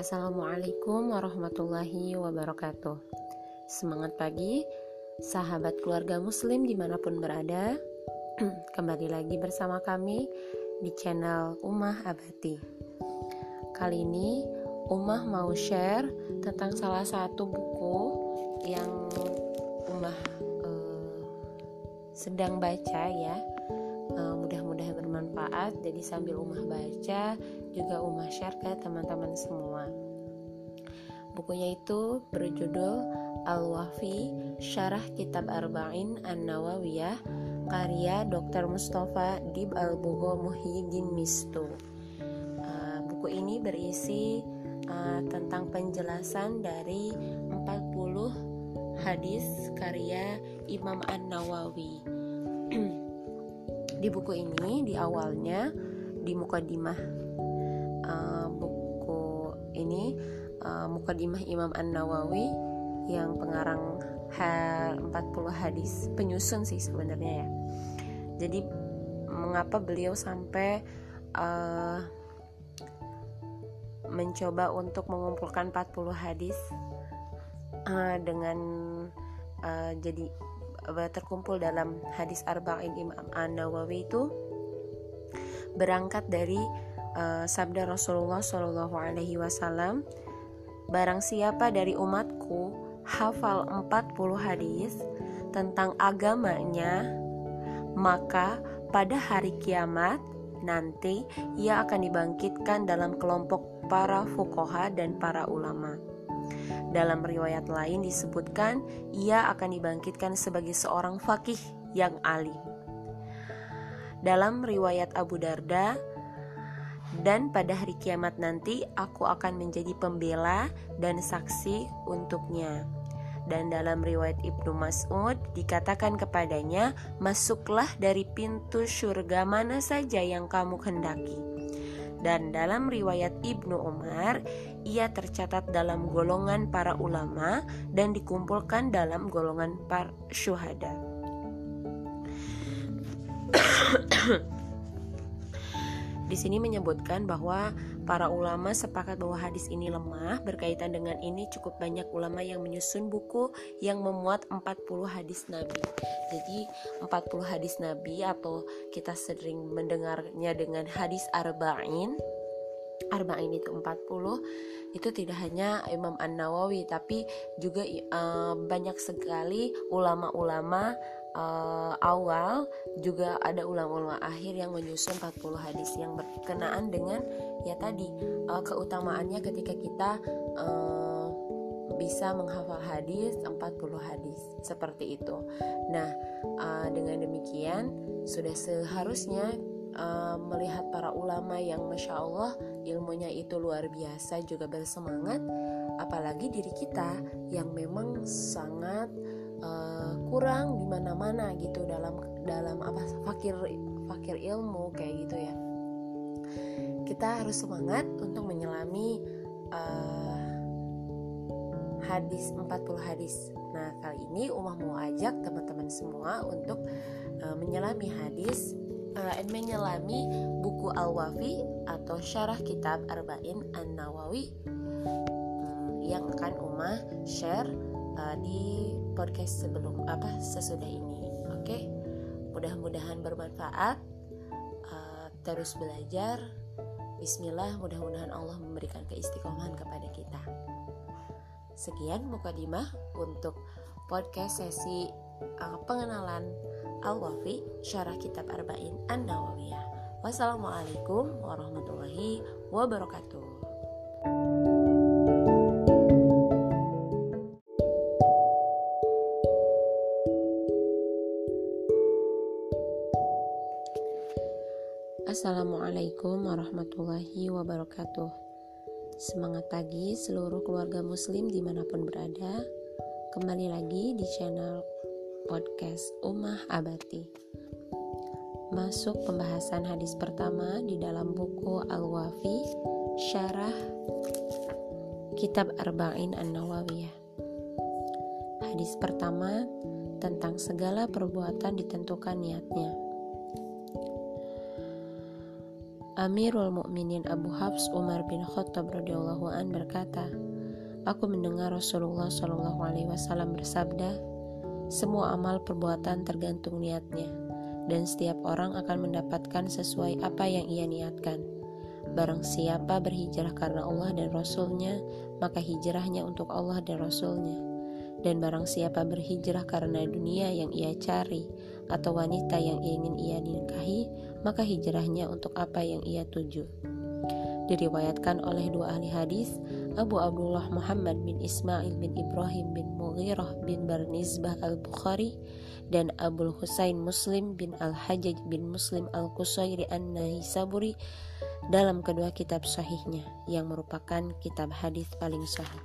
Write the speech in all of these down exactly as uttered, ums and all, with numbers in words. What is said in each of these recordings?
Assalamualaikum warahmatullahi wabarakatuh. Semangat pagi, sahabat keluarga muslim dimanapun berada. Kembali lagi bersama kami di channel Ummah Abati. Kali ini Ummah mau share tentang salah satu buku yang Ummah eh, sedang baca ya. Uh, mudah-mudahan bermanfaat. Jadi sambil Ummah baca juga Ummah share ke teman-teman semua. Bukunya itu berjudul Al-Wafi Syarah Kitab Arba'in An-Nawawiyah karya doktor Mustafa Dib Al-Bugho Muhyiddin Mistu. uh, Buku ini berisi uh, tentang penjelasan dari empat puluh hadis karya Imam An-Nawawi. Di buku ini di awalnya di mukadimah uh, buku ini uh, mukadimah Imam An-Nawawi yang pengarang ha, empat puluh hadis, penyusun sih sebenarnya ya. Jadi mengapa beliau sampai uh, mencoba untuk mengumpulkan empat puluh hadis uh, dengan uh, jadi terkumpul dalam hadis Arba'in Imam An-Nawawi itu berangkat dari uh, sabda Rasulullah shallallahu alaihi wasallam, barang siapa dari umatku hafal empat puluh hadis tentang agamanya, maka pada hari kiamat nanti ia akan dibangkitkan dalam kelompok para fuqaha dan para ulama. Dalam riwayat lain disebutkan ia akan dibangkitkan sebagai seorang faqih yang alim. Dalam riwayat Abu Darda, dan pada hari kiamat nanti aku akan menjadi pembela dan saksi untuknya. Dan dalam riwayat Ibnu Mas'ud dikatakan kepadanya, masuklah dari pintu surga mana saja yang kamu hendaki. Dan dalam riwayat Ibnu Umar, ia tercatat dalam golongan para ulama dan dikumpulkan dalam golongan para syuhada. Di sini menyebutkan bahwa para ulama sepakat bahwa hadis ini lemah. Berkaitan dengan ini cukup banyak ulama yang menyusun buku yang memuat empat puluh hadis Nabi. Jadi empat puluh hadis Nabi atau kita sering mendengarnya dengan hadis Arba'in. Arba'in itu empat puluh. Itu tidak hanya Imam An-Nawawi tapi juga uh, banyak sekali ulama-ulama Uh, awal, juga ada ulama-ulama akhir yang menyusun empat puluh hadis yang berkenaan dengan ya tadi uh, keutamaannya ketika kita uh, bisa menghafal hadis empat puluh hadis seperti itu. Nah, uh, dengan demikian sudah seharusnya uh, melihat para ulama yang masya Allah ilmunya itu luar biasa juga bersemangat, apalagi diri kita yang memang sangat Uh, kurang di mana-mana gitu dalam dalam apa fakir fakir ilmu kayak gitu ya. Kita harus semangat untuk menyelami uh, hadis empat puluh hadis. Nah, kali ini Ummah mau ajak teman-teman semua untuk uh, menyelami hadis uh, menyelami buku Al-Wafi atau Syarah Kitab Arba'in An-Nawawi um, yang akan Ummah share Uh, di podcast sebelum apa sesudah ini. Oke, okay? Mudah-mudahan bermanfaat. Uh, terus belajar. Bismillah, mudah-mudahan Allah memberikan keistiqomahan kepada kita. Sekian mukadimah untuk podcast sesi uh, pengenalan Al-Wafi Syarah Kitab Arba'in An-Nawawiyah. Wassalamualaikum warahmatullahi wabarakatuh. Assalamualaikum warahmatullahi wabarakatuh. Semangat pagi seluruh keluarga muslim dimanapun berada. Kembali lagi di channel podcast Ummah Abati. Masuk pembahasan hadis pertama di dalam buku Al-Wafi Syarah Kitab Arba'in An-Nawawiyah. Hadis pertama tentang segala perbuatan ditentukan niatnya. Amirul Mukminin Abu Hafs Umar bin Khattab radhiyallahu an berkata, "Aku mendengar Rasulullah shallallahu alaihi wasallam bersabda, semua amal perbuatan tergantung niatnya, dan setiap orang akan mendapatkan sesuai apa yang ia niatkan. Barang siapa berhijrah karena Allah dan Rasul-Nya, maka hijrahnya untuk Allah dan Rasul-Nya. Dan barang siapa berhijrah karena dunia yang ia cari atau wanita yang ingin ia nikahi, maka hijrahnya untuk apa yang ia tuju." Diriwayatkan oleh dua ahli hadis, Abu Abdullah Muhammad bin Ismail bin Ibrahim bin Mughirah bin Barnizbah al-Bukhari dan Abul Husain Muslim bin Al-Hajjaj bin Muslim al-Qusairi an-Naisaburi dalam kedua kitab sahihnya yang merupakan kitab hadis paling sahih.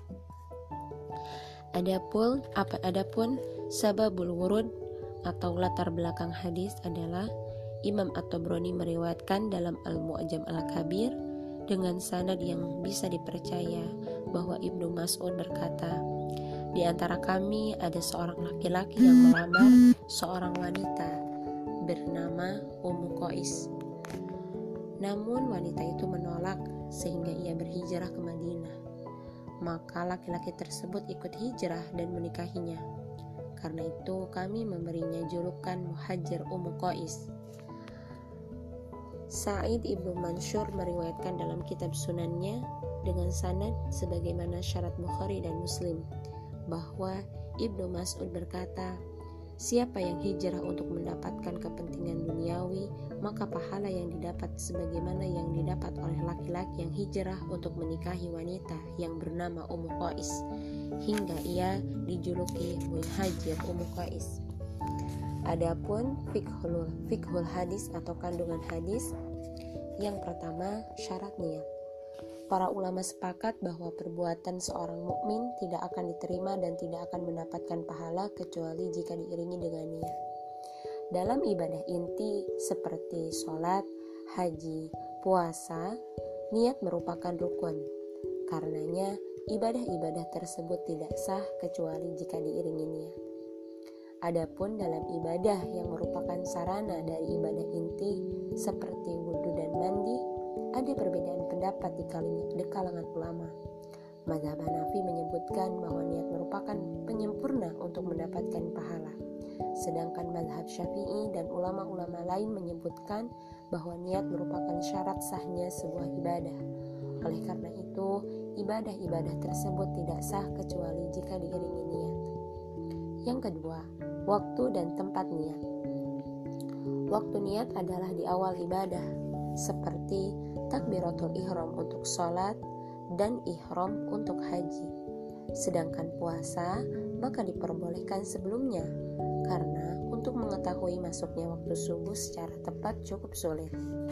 Adapun apa adapun sababul wurud atau latar belakang hadis adalah Imam At-Tabrani meriwayatkan dalam Al-Mu'jam Al-Kabir dengan sanad yang bisa dipercaya bahwa Ibnu Mas'ud berkata, "Di antara kami ada seorang laki-laki yang melamar seorang wanita bernama Ummu Qais. Namun wanita itu menolak sehingga ia berhijrah ke Madinah. Maka laki-laki tersebut ikut hijrah dan menikahinya. Karena itu kami memberinya julukan Muhajir Ummu Qais." Sa'id Ibnu Mansur meriwayatkan dalam kitab Sunannya dengan sanad sebagaimana syarat Bukhari dan Muslim bahwa Ibnu Mas'ud berkata, "Siapa yang hijrah untuk mendapatkan kepentingan duniawi, maka pahala yang didapat sebagaimana yang didapat oleh laki-laki yang hijrah untuk menikahi wanita yang bernama Ummu Qais, hingga ia dijuluki Muhajir Ummu Qais." Adapun fikhul, fikhul hadis atau kandungan hadis, yang pertama syarat niat. Para ulama sepakat bahwa perbuatan seorang mukmin tidak akan diterima dan tidak akan mendapatkan pahala kecuali jika diiringi dengan niat. Dalam ibadah inti seperti sholat, haji, puasa, niat merupakan rukun. Karenanya ibadah-ibadah tersebut tidak sah kecuali jika diiringi niat. Adapun dalam ibadah yang merupakan sarana dari ibadah inti seperti wudhu dan mandi, ada perbedaan pendapat di, kaling, di kalangan ulama. Mazhab Hanafi menyebutkan bahwa niat merupakan penyempurna untuk mendapatkan pahala. Sedangkan mazhab Syafi'i dan ulama-ulama lain menyebutkan bahwa niat merupakan syarat sahnya sebuah ibadah. Oleh karena itu, ibadah-ibadah tersebut tidak sah kecuali jika diiringi niat. Yang kedua, waktu dan tempat niat. Waktu niat adalah di awal ibadah, seperti takbiratul ihram untuk sholat dan ihram untuk haji. Sedangkan puasa maka diperbolehkan sebelumnya, karena untuk mengetahui masuknya waktu subuh secara tepat cukup sulit.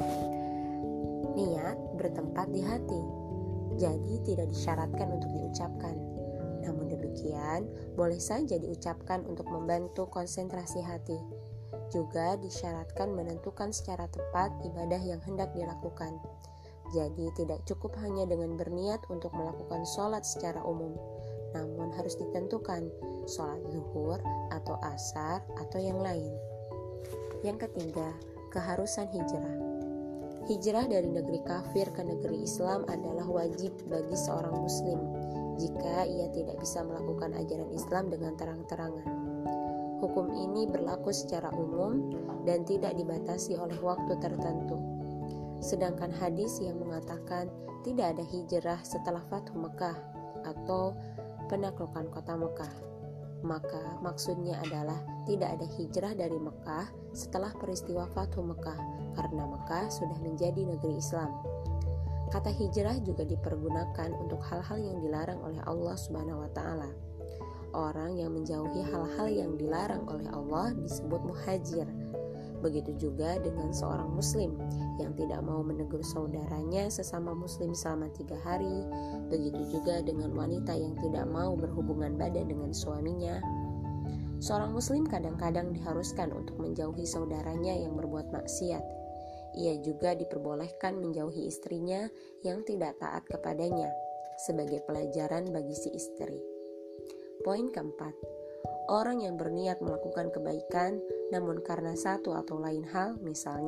Niat bertempat di hati, jadi tidak disyaratkan untuk diucapkan. Namun demikian, boleh saja diucapkan untuk membantu konsentrasi hati. Juga disyaratkan menentukan secara tepat ibadah yang hendak dilakukan. Jadi tidak cukup hanya dengan berniat untuk melakukan sholat secara umum, namun harus ditentukan sholat zuhur atau asar atau yang lain. Yang ketiga, keharusan hijrah. Hijrah dari negeri kafir ke negeri Islam adalah wajib bagi seorang muslim jika ia tidak bisa melakukan ajaran Islam dengan terang-terangan. Hukum ini berlaku secara umum dan tidak dibatasi oleh waktu tertentu. Sedangkan hadis yang mengatakan tidak ada hijrah setelah Fathu Mekah atau penaklukan kota Mekah, maka maksudnya adalah tidak ada hijrah dari Mekah setelah peristiwa Fathu Mekah, karena Mekah sudah menjadi negeri Islam. Kata hijrah juga dipergunakan untuk hal-hal yang dilarang oleh Allah Subhanahu wa taala. Orang yang menjauhi hal-hal yang dilarang oleh Allah disebut muhajir. Begitu juga dengan seorang muslim yang tidak mau menegur saudaranya sesama muslim selama tiga hari. Begitu juga dengan wanita yang tidak mau berhubungan badan dengan suaminya. Seorang muslim kadang-kadang diharuskan untuk menjauhi saudaranya yang berbuat maksiat. Ia juga diperbolehkan menjauhi istrinya yang tidak taat kepadanya sebagai pelajaran bagi si istri. Poin keempat, orang yang berniat melakukan kebaikan namun karena satu atau lain hal, misalnya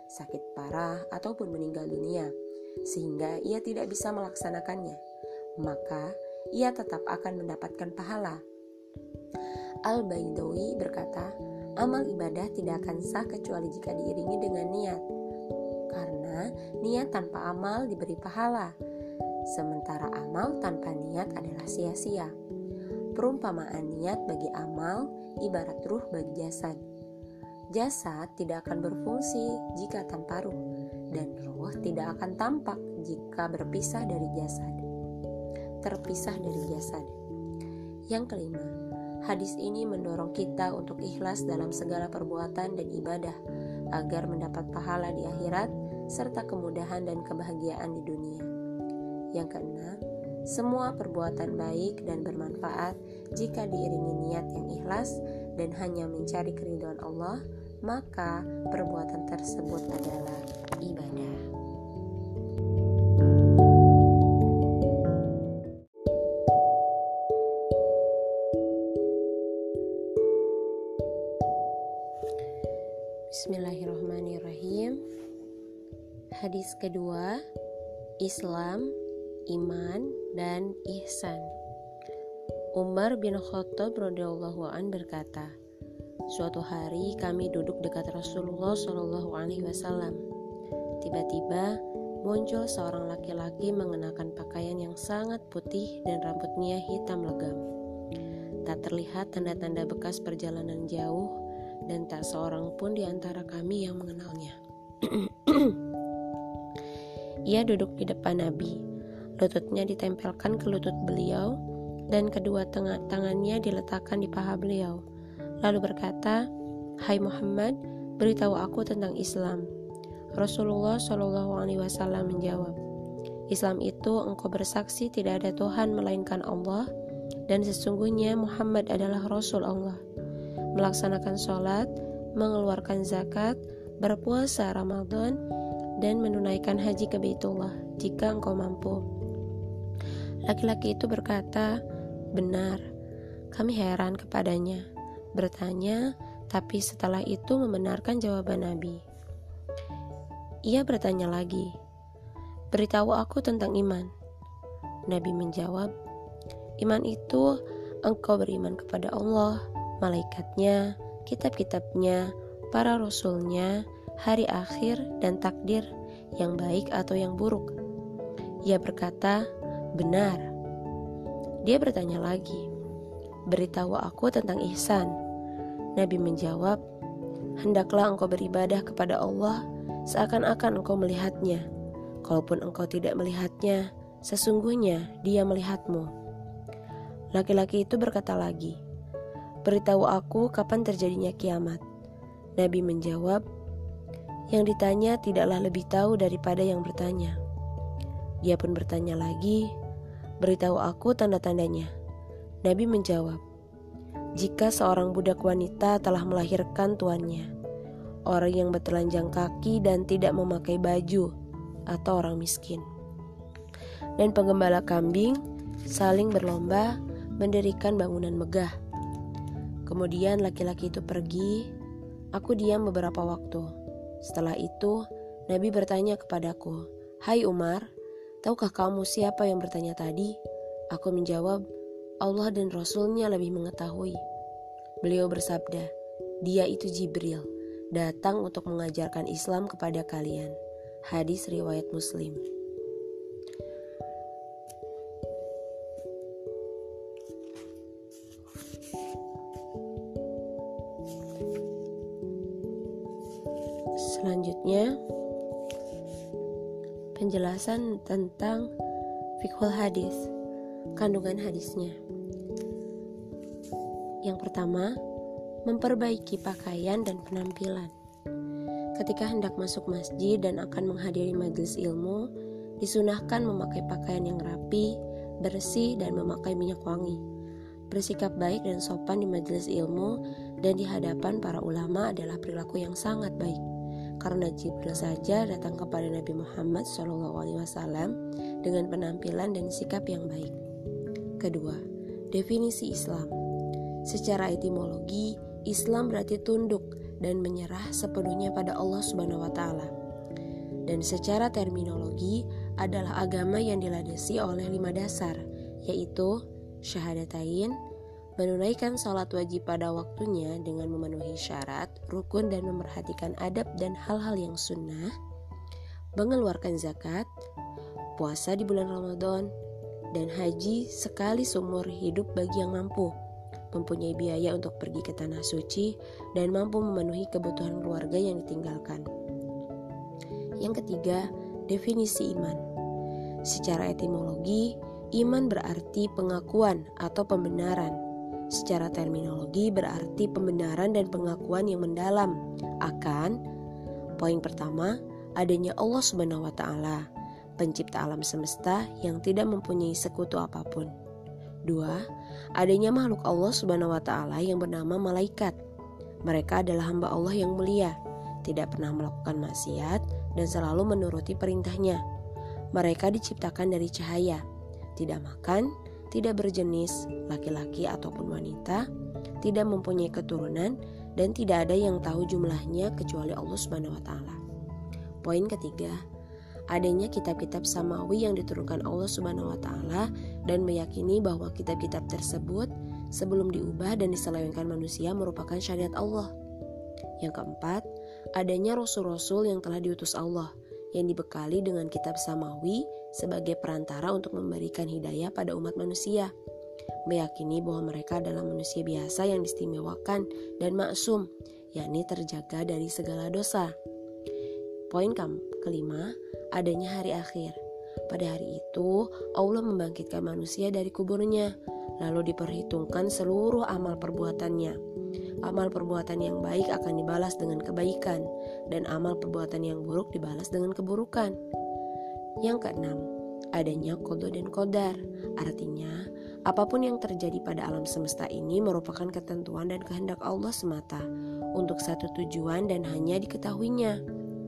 sakit parah, ataupun meninggal dunia, sehingga ia tidak bisa melaksanakannya, maka ia tetap akan mendapatkan pahala. Al-Baidawi berkata, amal ibadah tidak akan sah kecuali jika diiringi dengan niat, karena niat tanpa amal diberi pahala, sementara amal tanpa niat adalah sia-sia. Perumpamaan niat bagi amal ibarat ruh bagi jasad. Jasad tidak akan berfungsi jika tanpa ruh, dan ruh tidak akan tampak jika berpisah dari jasad. Terpisah dari jasad. Yang kelima, hadis ini mendorong kita untuk ikhlas dalam segala perbuatan dan ibadah agar mendapat pahala di akhirat serta kemudahan dan kebahagiaan di dunia. Yang keenam, semua perbuatan baik dan bermanfaat jika diiringi niat yang ikhlas dan hanya mencari keridhaan Allah, maka perbuatan tersebut adalah ibadah. Bismillahirrahmanirrahim. Hadis kedua, Islam, iman, dan ihsan. Umar bin Khattab radhiyallahu an berkata, suatu hari kami duduk dekat Rasulullah shallallahu alaihi wasallam. Tiba-tiba muncul seorang laki-laki mengenakan pakaian yang sangat putih dan rambutnya hitam legam. Tak terlihat tanda-tanda bekas perjalanan jauh dan tak seorang pun di antara kami yang mengenalnya. Ia duduk di depan Nabi. Lututnya ditempelkan ke lutut beliau dan kedua tengah tangannya diletakkan di paha beliau. Lalu berkata, "Hai Muhammad, beritahu aku tentang Islam." Rasulullah shallallahu alaihi wasallam menjawab, "Islam itu engkau bersaksi tidak ada Tuhan melainkan Allah dan sesungguhnya Muhammad adalah Rasul Allah. Melaksanakan sholat, mengeluarkan zakat, berpuasa Ramadan, dan menunaikan haji ke Baitullah jika engkau mampu." Laki-laki itu berkata, "Benar." Kami heran kepadanya, bertanya, tapi setelah itu membenarkan jawaban Nabi. Ia bertanya lagi, "Beritahu aku tentang iman." Nabi menjawab, "Iman itu engkau beriman kepada Allah, malaikatnya, kitab-kitabnya, para rasulnya, hari akhir, dan takdir yang baik atau yang buruk." Ia berkata, "Benar." Dia bertanya lagi, "Beritahu aku tentang ihsan." Nabi menjawab, "Hendaklah engkau beribadah kepada Allah seakan-akan engkau melihatnya. Kalaupun engkau tidak melihatnya, sesungguhnya Dia melihatmu." Laki-laki itu berkata lagi, "Beritahu aku kapan terjadinya kiamat." Nabi menjawab, "Yang ditanya tidaklah lebih tahu daripada yang bertanya." Dia pun bertanya lagi, "Beritahu aku tanda-tandanya." Nabi menjawab, "Jika seorang budak wanita telah melahirkan tuannya, orang yang bertelanjang kaki dan tidak memakai baju, atau orang miskin, dan penggembala kambing saling berlomba mendirikan bangunan megah." Kemudian laki-laki itu pergi. Aku diam beberapa waktu. Setelah itu, Nabi bertanya kepadaku, "Hai Umar, tahukah kamu siapa yang bertanya tadi?" Aku menjawab, "Allah dan Rasulnya lebih mengetahui." Beliau bersabda, "Dia itu Jibril, datang untuk mengajarkan Islam kepada kalian." Hadis riwayat Muslim. Selanjutnya, penjelasan tentang fiqhul hadis, kandungan hadisnya. Yang pertama, memperbaiki pakaian dan penampilan. Ketika hendak masuk masjid dan akan menghadiri majelis ilmu, disunahkan memakai pakaian yang rapi, bersih, dan memakai minyak wangi. Bersikap baik dan sopan di majelis ilmu dan di hadapan para ulama adalah perilaku yang sangat baik, karena Jibril saja datang kepada Nabi Muhammad shallallahu alaihi wasallam dengan penampilan dan sikap yang baik. Kedua, definisi Islam. Secara etimologi, Islam berarti tunduk dan menyerah sepenuhnya pada Allah Subhanahu wa taala. Dan secara terminologi adalah agama yang dilandasi oleh lima dasar, yaitu syahadatain, menunaikan salat wajib pada waktunya dengan memenuhi syarat, rukun dan memperhatikan adab dan hal-hal yang sunnah, mengeluarkan zakat, puasa di bulan Ramadan, dan haji sekali seumur hidup bagi yang mampu, mempunyai biaya untuk pergi ke tanah suci, dan mampu memenuhi kebutuhan keluarga yang ditinggalkan. Yang ketiga, definisi iman. Secara etimologi, iman berarti pengakuan atau pembenaran. Secara terminologi berarti pembenaran dan pengakuan yang mendalam akan poin pertama, adanya Allah Subhanahu wa taala, pencipta alam semesta yang tidak mempunyai sekutu apapun. Dua, adanya makhluk Allah Subhanahu wa taala yang bernama malaikat. Mereka adalah hamba Allah yang mulia, tidak pernah melakukan maksiat dan selalu menuruti perintahnya. Mereka diciptakan dari cahaya, tidak makan, tidak berjenis, laki-laki ataupun wanita, tidak mempunyai keturunan, dan tidak ada yang tahu jumlahnya kecuali Allah Subhanahu wa taala. Poin ketiga, adanya kitab-kitab samawi yang diturunkan Allah Subhanahu wa taala dan meyakini bahwa kitab-kitab tersebut sebelum diubah dan diselewengkan manusia merupakan syariat Allah. Yang keempat, adanya rasul-rasul yang telah diutus Allah yang dibekali dengan kitab samawi sebagai perantara untuk memberikan hidayah pada umat manusia, meyakini bahwa mereka adalah manusia biasa yang diistimewakan dan maksum, yakni terjaga dari segala dosa. Poin kelima, adanya hari akhir. Pada hari itu, Allah membangkitkan manusia dari kuburnya, lalu diperhitungkan seluruh amal perbuatannya. Amal perbuatan yang baik akan dibalas dengan kebaikan, dan amal perbuatan yang buruk dibalas dengan keburukan. Yang keenam, adanya qada dan qadar. Artinya, apapun yang terjadi pada alam semesta ini merupakan ketentuan dan kehendak Allah semata, untuk satu tujuan dan hanya diketahuinya.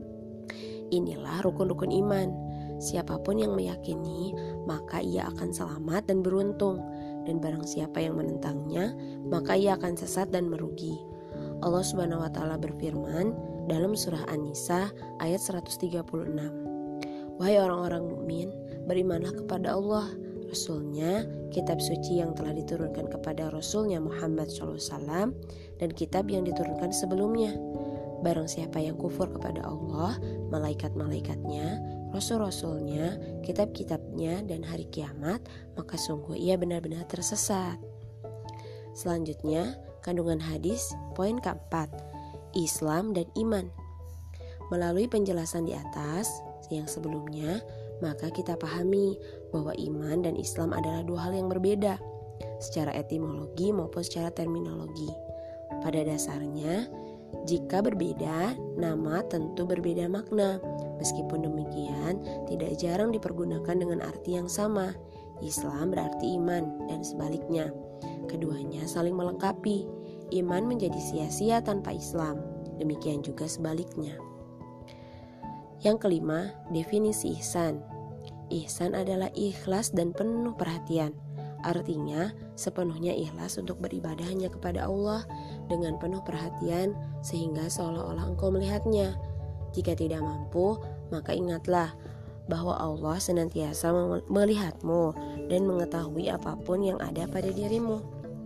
Inilah rukun-rukun iman. Siapapun yang meyakini, maka ia akan selamat dan beruntung. Dan barang siapa yang menentangnya, maka ia akan sesat dan merugi. Allah Subhanahu wa taala berfirman dalam surah An-Nisa ayat seratus tiga puluh enam. Wahai orang-orang mukmin, berimanlah kepada Allah, Rasul-Nya, kitab suci yang telah diturunkan kepada Rasul-Nya Muhammad shallallahu alaihi wasallam, dan kitab yang diturunkan sebelumnya. Barang siapa yang kufur kepada Allah, malaikat-malaikatnya, rasul-rasulnya, kitab-kitabnya, dan hari kiamat, maka sungguh ia benar-benar tersesat. Selanjutnya, kandungan hadis, poin keempat, Islam dan iman. Melalui penjelasan di atas yang sebelumnya, maka kita pahami bahwa iman dan Islam adalah dua hal yang berbeda, secara etimologi maupun secara terminologi. Pada dasarnya, jika berbeda, nama tentu berbeda makna. Meskipun demikian, tidak jarang dipergunakan dengan arti yang sama. Islam berarti iman, dan sebaliknya. Keduanya saling melengkapi. Iman menjadi sia-sia tanpa Islam. Demikian juga sebaliknya. Yang kelima, definisi ihsan. Ihsan adalah ikhlas dan penuh perhatian. Artinya, sepenuhnya ikhlas untuk beribadah hanya kepada Allah dengan penuh perhatian sehingga seolah-olah engkau melihatnya. Jika tidak mampu, maka ingatlah bahwa Allah senantiasa melihatmu dan mengetahui apapun yang ada pada dirimu.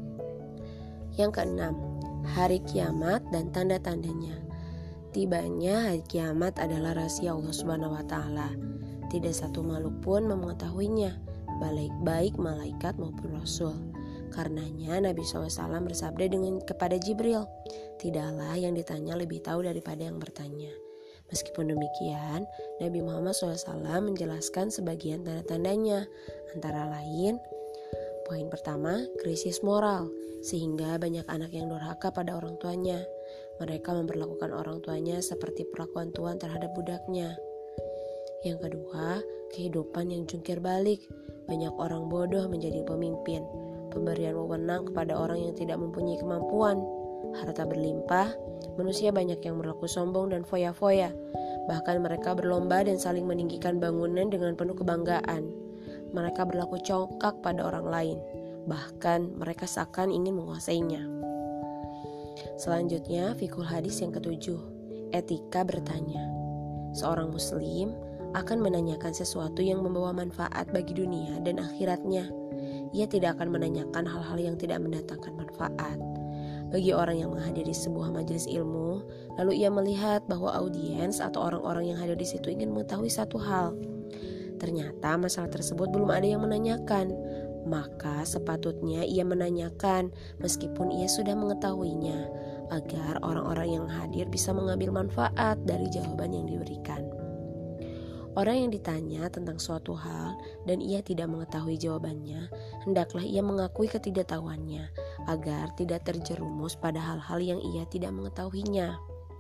Yang keenam, hari kiamat dan tanda-tandanya. Tibanya hari kiamat adalah rahasia Allah Subhanahu wa taala. Tidak satu makhluk pun mengetahuinya, baik malaikat maupun rasul. Karenanya Nabi shallallahu alaihi wasallam bersabda dengan kepada Jibril, tidaklah yang ditanya lebih tahu daripada yang bertanya. Meskipun demikian, Nabi Muhammad shallallahu alaihi wasallam menjelaskan sebagian tanda-tandanya, antara lain, poin pertama, krisis moral, sehingga banyak anak yang durhaka pada orang tuanya. Mereka memperlakukan orang tuanya seperti perlakuan tuan terhadap budaknya. Yang kedua, kehidupan yang jungkir balik. Banyak orang bodoh menjadi pemimpin. Pemberian wewenang kepada orang yang tidak mempunyai kemampuan. Harta berlimpah, manusia banyak yang berlaku sombong dan foya-foya. Bahkan mereka berlomba dan saling meninggikan bangunan dengan penuh kebanggaan. Mereka berlaku congkak pada orang lain. Bahkan mereka seakan ingin menguasainya. Selanjutnya, fikul hadis yang ketujuh, etika bertanya. Seorang muslim akan menanyakan sesuatu yang membawa manfaat bagi dunia dan akhiratnya. Ia tidak akan menanyakan hal-hal yang tidak mendatangkan manfaat. Bagi orang yang menghadiri sebuah majelis ilmu, lalu ia melihat bahwa audiens atau orang-orang yang hadir di situ ingin mengetahui satu hal. Ternyata masalah tersebut belum ada yang menanyakan, maka sepatutnya ia menanyakan meskipun ia sudah mengetahuinya, agar orang-orang yang hadir bisa mengambil manfaat dari jawaban yang diberikan. Orang yang ditanya tentang suatu hal dan ia tidak mengetahui jawabannya, hendaklah ia mengakui ketidaktahuannya agar tidak terjerumus pada hal-hal yang ia tidak mengetahuinya.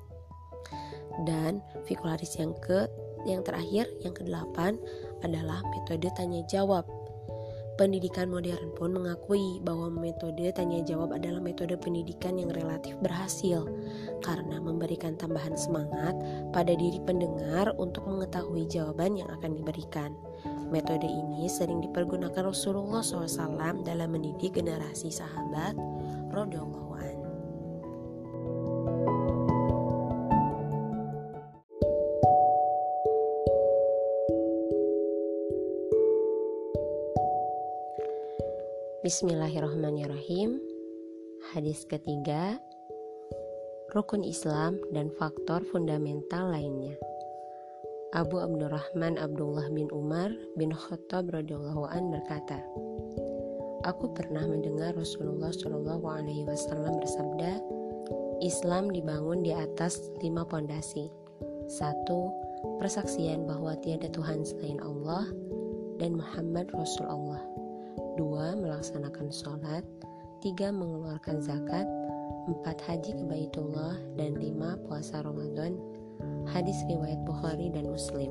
Dan fikul hadis yang ke yang terakhir, yang kedelapan adalah metode tanya jawab. Pendidikan modern pun mengakui bahwa metode tanya jawab adalah metode pendidikan yang relatif berhasil karena memberikan tambahan semangat pada diri pendengar untuk mengetahui jawaban yang akan diberikan. Metode ini sering dipergunakan Rasulullah shallallahu alaihi wasallam dalam mendidik generasi sahabat radhiyallahu anhu. Bismillahirrahmanirrahim. Hadis ketiga, rukun Islam dan faktor fundamental lainnya. Abu Abdurrahman Abdullah bin Umar bin Khattab radhiyallahu an berkata, aku pernah mendengar Rasulullah shallallahu alaihi wasallam bersabda, Islam dibangun di atas lima pondasi. Satu, persaksian bahwa tiada Tuhan selain Allah dan Muhammad Rasulullah. Dua, melaksanakan sholat. Tiga, mengeluarkan zakat. Empat, haji ke Baitullah. Dan lima, puasa Ramadan. Hadis riwayat Bukhari dan Muslim.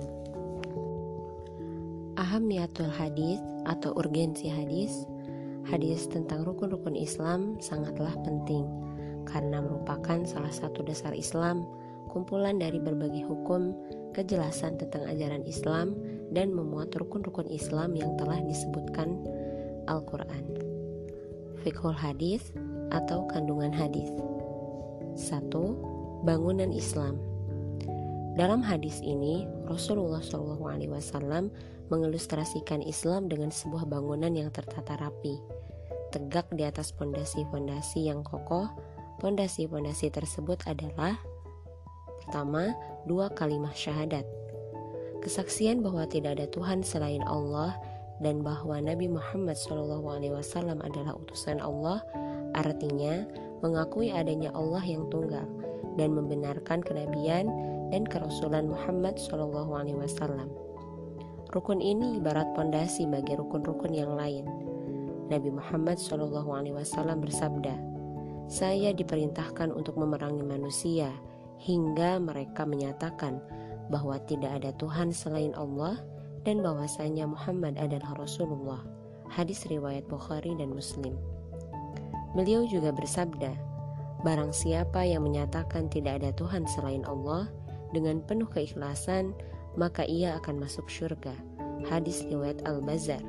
Ahamiyatul hadis atau urgensi hadis. Hadis tentang rukun-rukun Islam sangatlah penting karena merupakan salah satu dasar Islam, kumpulan dari berbagai hukum, kejelasan tentang ajaran Islam, dan memuat rukun-rukun Islam yang telah disebutkan Al-Quran. Fiqhul hadis atau kandungan hadis. Satu, bangunan Islam. Dalam hadis ini, Rasulullah shallallahu alaihi wasallam mengilustrasikan Islam dengan sebuah bangunan yang tertata rapi, tegak di atas pondasi-pondasi yang kokoh. Pondasi-pondasi tersebut adalah: pertama, dua kalimah syahadat, kesaksian bahwa tidak ada Tuhan selain Allah dan bahwa Nabi Muhammad shallallahu alaihi wasallam adalah utusan Allah. Artinya, mengakui adanya Allah yang tunggal dan membenarkan kenabian dan kerasulan Muhammad shallallahu alaihi wasallam. Rukun ini ibarat pondasi bagi rukun-rukun yang lain. Nabi Muhammad shallallahu alaihi wasallam bersabda, saya diperintahkan untuk memerangi manusia hingga mereka menyatakan bahwa tidak ada Tuhan selain Allah dan bahwasanya Muhammad adalah Rasulullah. Hadis riwayat Bukhari dan Muslim. Beliau juga bersabda, barang siapa yang menyatakan tidak ada Tuhan selain Allah dengan penuh keikhlasan, maka ia akan masuk syurga. Hadis riwayat Al-Bazzar.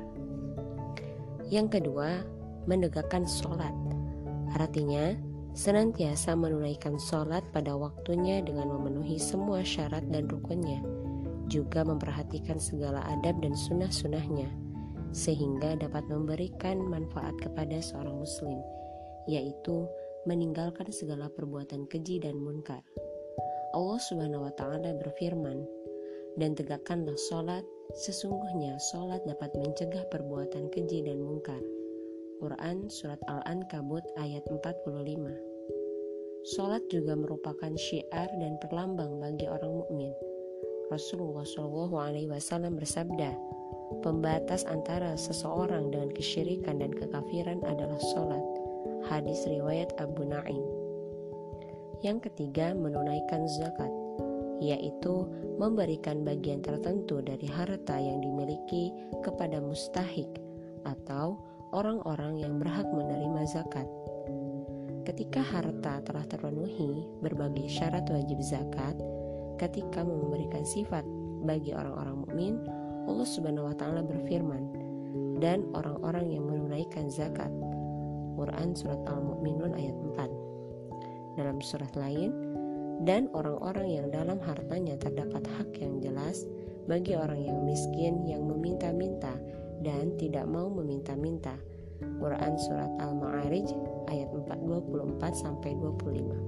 Yang kedua, menegakkan sholat. Artinya, senantiasa menunaikan sholat pada waktunya dengan memenuhi semua syarat dan rukunnya, juga memperhatikan segala adab dan sunnah-sunnahnya, sehingga dapat memberikan manfaat kepada seorang muslim, yaitu meninggalkan segala perbuatan keji dan munkar. Allah Subhanahu wa Ta'ala berfirman, dan tegakkanlah sholat, sesungguhnya sholat dapat mencegah perbuatan keji dan munkar. Quran Surat Al-Ankabut ayat empat puluh lima. Sholat juga merupakan syiar dan perlambang bagi orang mukmin. Rasulullah shallallahu alaihi wasallam bersabda, pembatas antara seseorang dengan kesyirikan dan kekafiran adalah sholat. Hadis riwayat Abu Naim. Yang ketiga, menunaikan zakat, yaitu memberikan bagian tertentu dari harta yang dimiliki kepada mustahik atau orang-orang yang berhak menerima zakat. Ketika harta telah terpenuhi berbagai syarat wajib zakat, ketika memberikan sifat bagi orang-orang mukmin, Allah Subhanahu wa Ta'ala berfirman, dan orang-orang yang menunaikan zakat. Quran Surat Al-Mu'minun ayat empat. dalam surat lain, dan orang-orang yang dalam hartanya terdapat hak yang jelas bagi orang yang miskin yang meminta-minta dan tidak mau meminta-minta. Quran Surat Al-Ma'arij ayat dua puluh empat sampai dua puluh lima.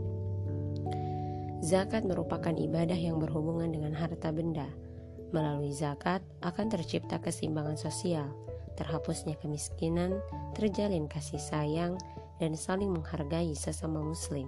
Zakat merupakan ibadah yang berhubungan dengan harta benda. Melalui zakat akan tercipta keseimbangan sosial, terhapusnya kemiskinan, terjalin kasih sayang, dan saling menghargai sesama muslim.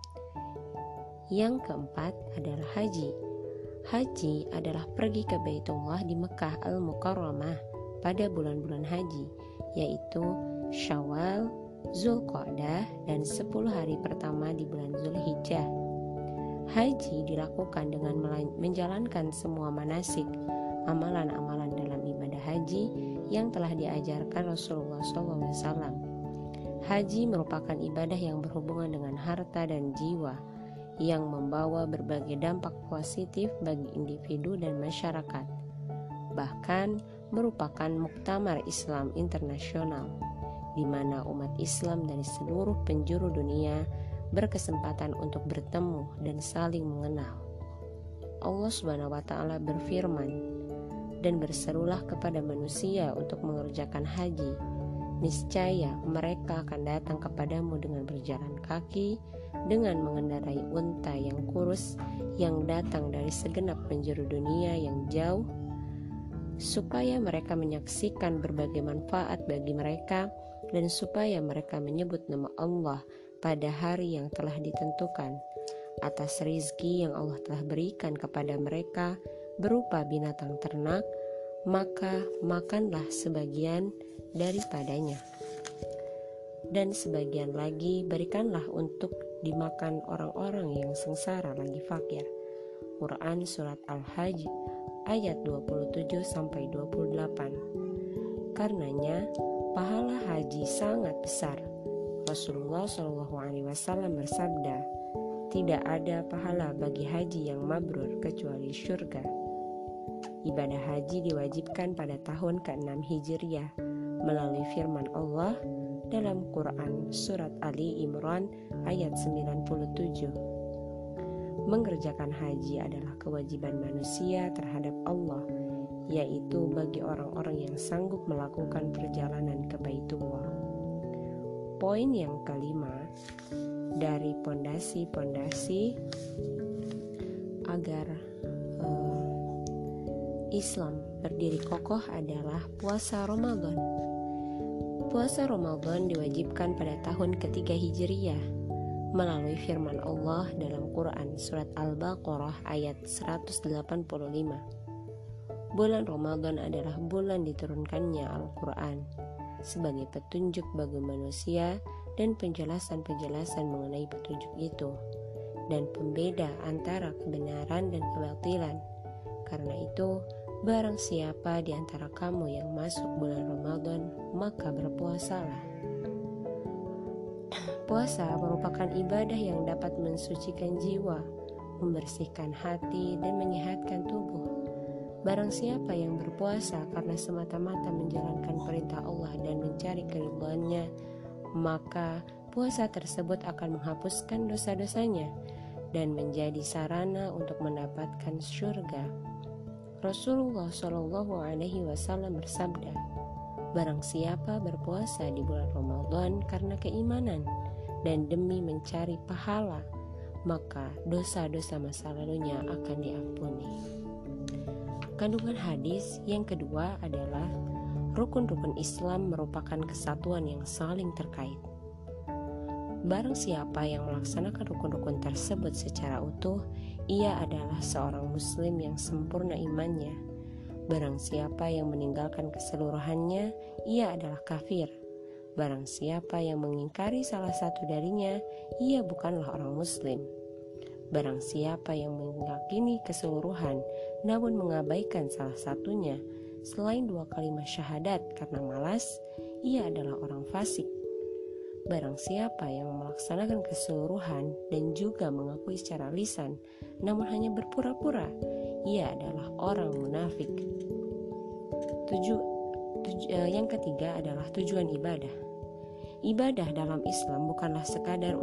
Yang keempat adalah haji. Haji adalah pergi ke Baitullah di Mekah Al-Mukarramah pada bulan-bulan haji, yaitu Syawal, Zulqa'dah, dan sepuluh hari pertama di bulan Zulhijjah. Haji dilakukan dengan menjalankan semua manasik, amalan-amalan dalam ibadah haji yang telah diajarkan Rasulullah shallallahu alaihi wasallam. Haji merupakan ibadah yang berhubungan dengan harta dan jiwa, yang membawa berbagai dampak positif bagi individu dan masyarakat. Bahkan merupakan muktamar Islam internasional, di mana umat Islam dari seluruh penjuru dunia berkesempatan untuk bertemu dan saling mengenal. Allah Subhanahu wa Ta'ala berfirman, "Dan berserulah kepada manusia untuk mengerjakan haji. Niscaya mereka akan datang kepadamu dengan berjalan kaki, dengan mengendarai unta yang kurus yang datang dari segenap penjuru dunia yang jauh, supaya mereka menyaksikan berbagai manfaat bagi mereka dan supaya mereka menyebut nama Allah pada hari yang telah ditentukan atas rizki yang Allah telah berikan kepada mereka berupa binatang ternak, maka makanlah sebagian daripadanya, dan sebagian lagi berikanlah untuk dimakan orang-orang yang sengsara lagi fakir." Quran Surat Al-Hajj ayat dua puluh tujuh sampai dua puluh delapan. Karenanya pahala haji sangat besar. Rasulullah shallallahu alaihi wasallam bersabda, "Tidak ada pahala bagi haji yang mabrur kecuali syurga." Ibadah haji diwajibkan pada tahun keenam Hijriah melalui firman Allah dalam Quran Surat Ali Imran ayat sembilan puluh tujuh. Mengerjakan haji adalah kewajiban manusia terhadap Allah, yaitu bagi orang-orang yang sanggup melakukan perjalanan ke Baitullah. Poin yang kelima dari pondasi-pondasi agar uh, Islam berdiri kokoh adalah puasa Ramadan. Puasa Ramadan diwajibkan pada tahun ketiga Hijriyah melalui firman Allah dalam Quran Surat Al-Baqarah ayat seratus delapan puluh lima. Bulan Ramadan adalah bulan diturunkannya Al-Quran sebagai petunjuk bagi manusia dan penjelasan-penjelasan mengenai petunjuk itu, dan pembeda antara kebenaran dan kebatilan. Karena itu, barang siapa di antara kamu yang masuk bulan Ramadan, maka berpuasalah. Puasa merupakan ibadah yang dapat mensucikan jiwa, membersihkan hati, dan menyehatkan tubuh. Barang siapa yang berpuasa karena semata-mata menjalankan perintah Allah dan mencari keridhaannya, maka puasa tersebut akan menghapuskan dosa-dosanya dan menjadi sarana untuk mendapatkan syurga. Rasulullah shallallahu alaihi wasallam bersabda, "Barang siapa berpuasa di bulan Ramadan karena keimanan dan demi mencari pahala, maka dosa-dosa masa lalunya akan diampuni." Kandungan hadis yang kedua adalah rukun-rukun Islam merupakan kesatuan yang saling terkait. Barang siapa yang melaksanakan rukun-rukun tersebut secara utuh, ia adalah seorang muslim yang sempurna imannya. Barang siapa yang meninggalkan keseluruhannya, ia adalah kafir. Barang siapa yang mengingkari salah satu darinya, ia bukanlah orang muslim. Barang siapa yang meyakini keseluruhan namun mengabaikan salah satunya selain dua kalimat syahadat karena malas, ia adalah orang fasik. Barang siapa yang melaksanakan keseluruhan dan juga mengakui secara lisan namun hanya berpura-pura, ia adalah orang munafik. Tuju, tuj, eh, yang ketiga adalah tujuan ibadah. Ibadah dalam Islam bukanlah sekadar un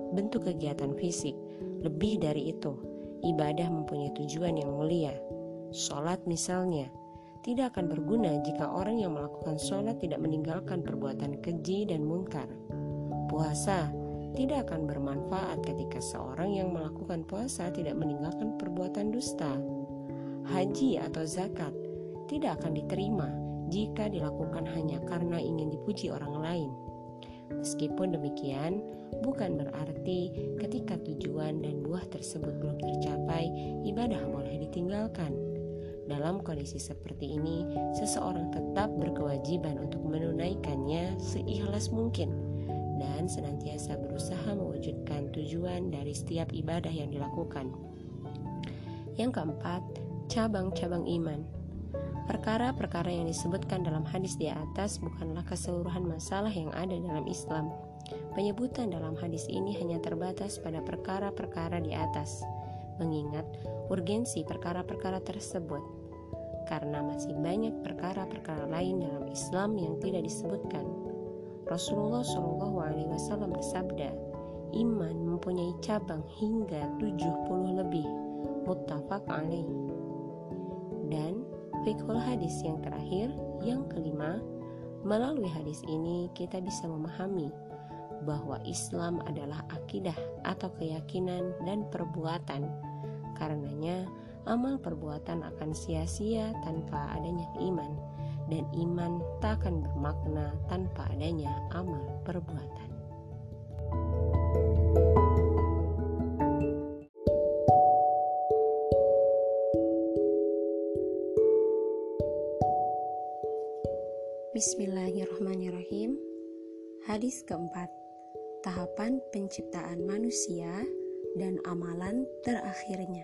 bentuk kegiatan fisik. Lebih dari itu, ibadah mempunyai tujuan yang mulia. Sholat misalnya, tidak akan berguna jika orang yang melakukan sholat tidak meninggalkan perbuatan keji dan munkar. Puasa tidak akan bermanfaat ketika seorang yang melakukan puasa tidak meninggalkan perbuatan dusta. Haji atau zakat tidak akan diterima jika dilakukan hanya karena ingin dipuji orang lain. Meskipun demikian, bukan berarti ketika tujuan dan buah tersebut belum tercapai, ibadah boleh ditinggalkan. Dalam kondisi seperti ini, seseorang tetap berkewajiban untuk menunaikannya seikhlas mungkin dan senantiasa berusaha mewujudkan tujuan dari setiap ibadah yang dilakukan. Yang keempat, cabang-cabang iman. Perkara-perkara yang disebutkan dalam hadis di atas bukanlah keseluruhan masalah yang ada dalam Islam. Penyebutan dalam hadis ini hanya terbatas pada perkara-perkara di atas, mengingat urgensi perkara-perkara tersebut, karena masih banyak perkara-perkara lain dalam Islam yang tidak disebutkan. Rasulullah shallallahu alaihi wasallam bersabda, iman mempunyai cabang hingga tujuh puluh lebih, muttafaq alaih. Dan fiqhul hadis yang terakhir, yang kelima, melalui hadis ini kita bisa memahami bahwa Islam adalah akidah atau keyakinan dan perbuatan. Karenanya, amal perbuatan akan sia-sia tanpa adanya iman, dan iman tak akan bermakna tanpa adanya amal perbuatan. Bismillahirrahmanirrahim. Hadis keempat, tahapan penciptaan manusia dan amalan terakhirnya.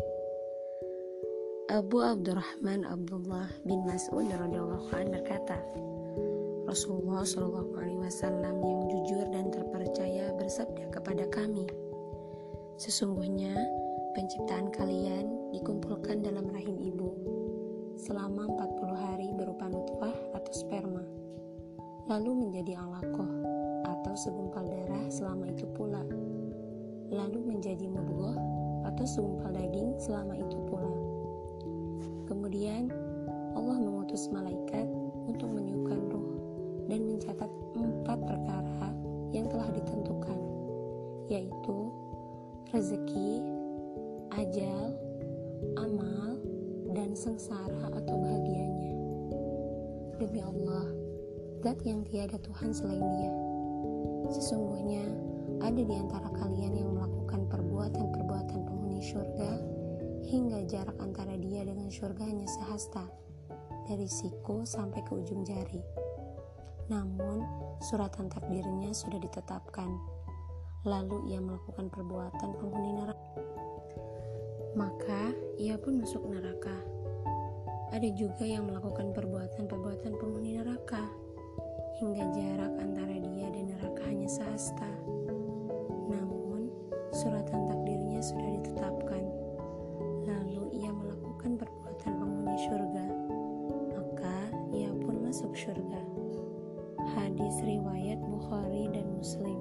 Abu Abdurrahman Abdullah bin Mas'ud radhiyallahu anhu berkata, Rasulullah shallallahu alaihi wasallam yang jujur dan terpercaya bersabda kepada kami, sesungguhnya penciptaan kalian dikumpulkan dalam rahim ibu selama empat puluh hari berupa nutfah atau sperma, lalu menjadi alaqah atau segumpal darah selama itu pula, lalu menjadi mudghah atau segumpal daging selama itu pula. Kemudian Allah mengutus malaikat untuk meniupkan ruh dan mencatat empat perkara yang telah ditentukan, yaitu rezeki, ajal, amal, dan sengsara atau bahagianya. Demi Allah, Zat yang tiada Tuhan selain Dia, sesungguhnya ada di antara kalian yang melakukan perbuatan-perbuatan penghuni syurga hingga jarak antara dia dengan syurganya sehasta, dari siku sampai ke ujung jari. Namun suratan takdirnya sudah ditetapkan, lalu ia melakukan perbuatan penghuni neraka, maka ia pun masuk neraka. Ada juga yang melakukan perbuatan-perbuatan penghuni neraka hingga jarak antara dia dan neraka hanya sehasta, namun suratan takdirnya sudah ditetapkan, lalu ia melakukan perbuatan penghuni syurga, maka ia pun masuk syurga. Hadis riwayat Bukhari dan Muslim.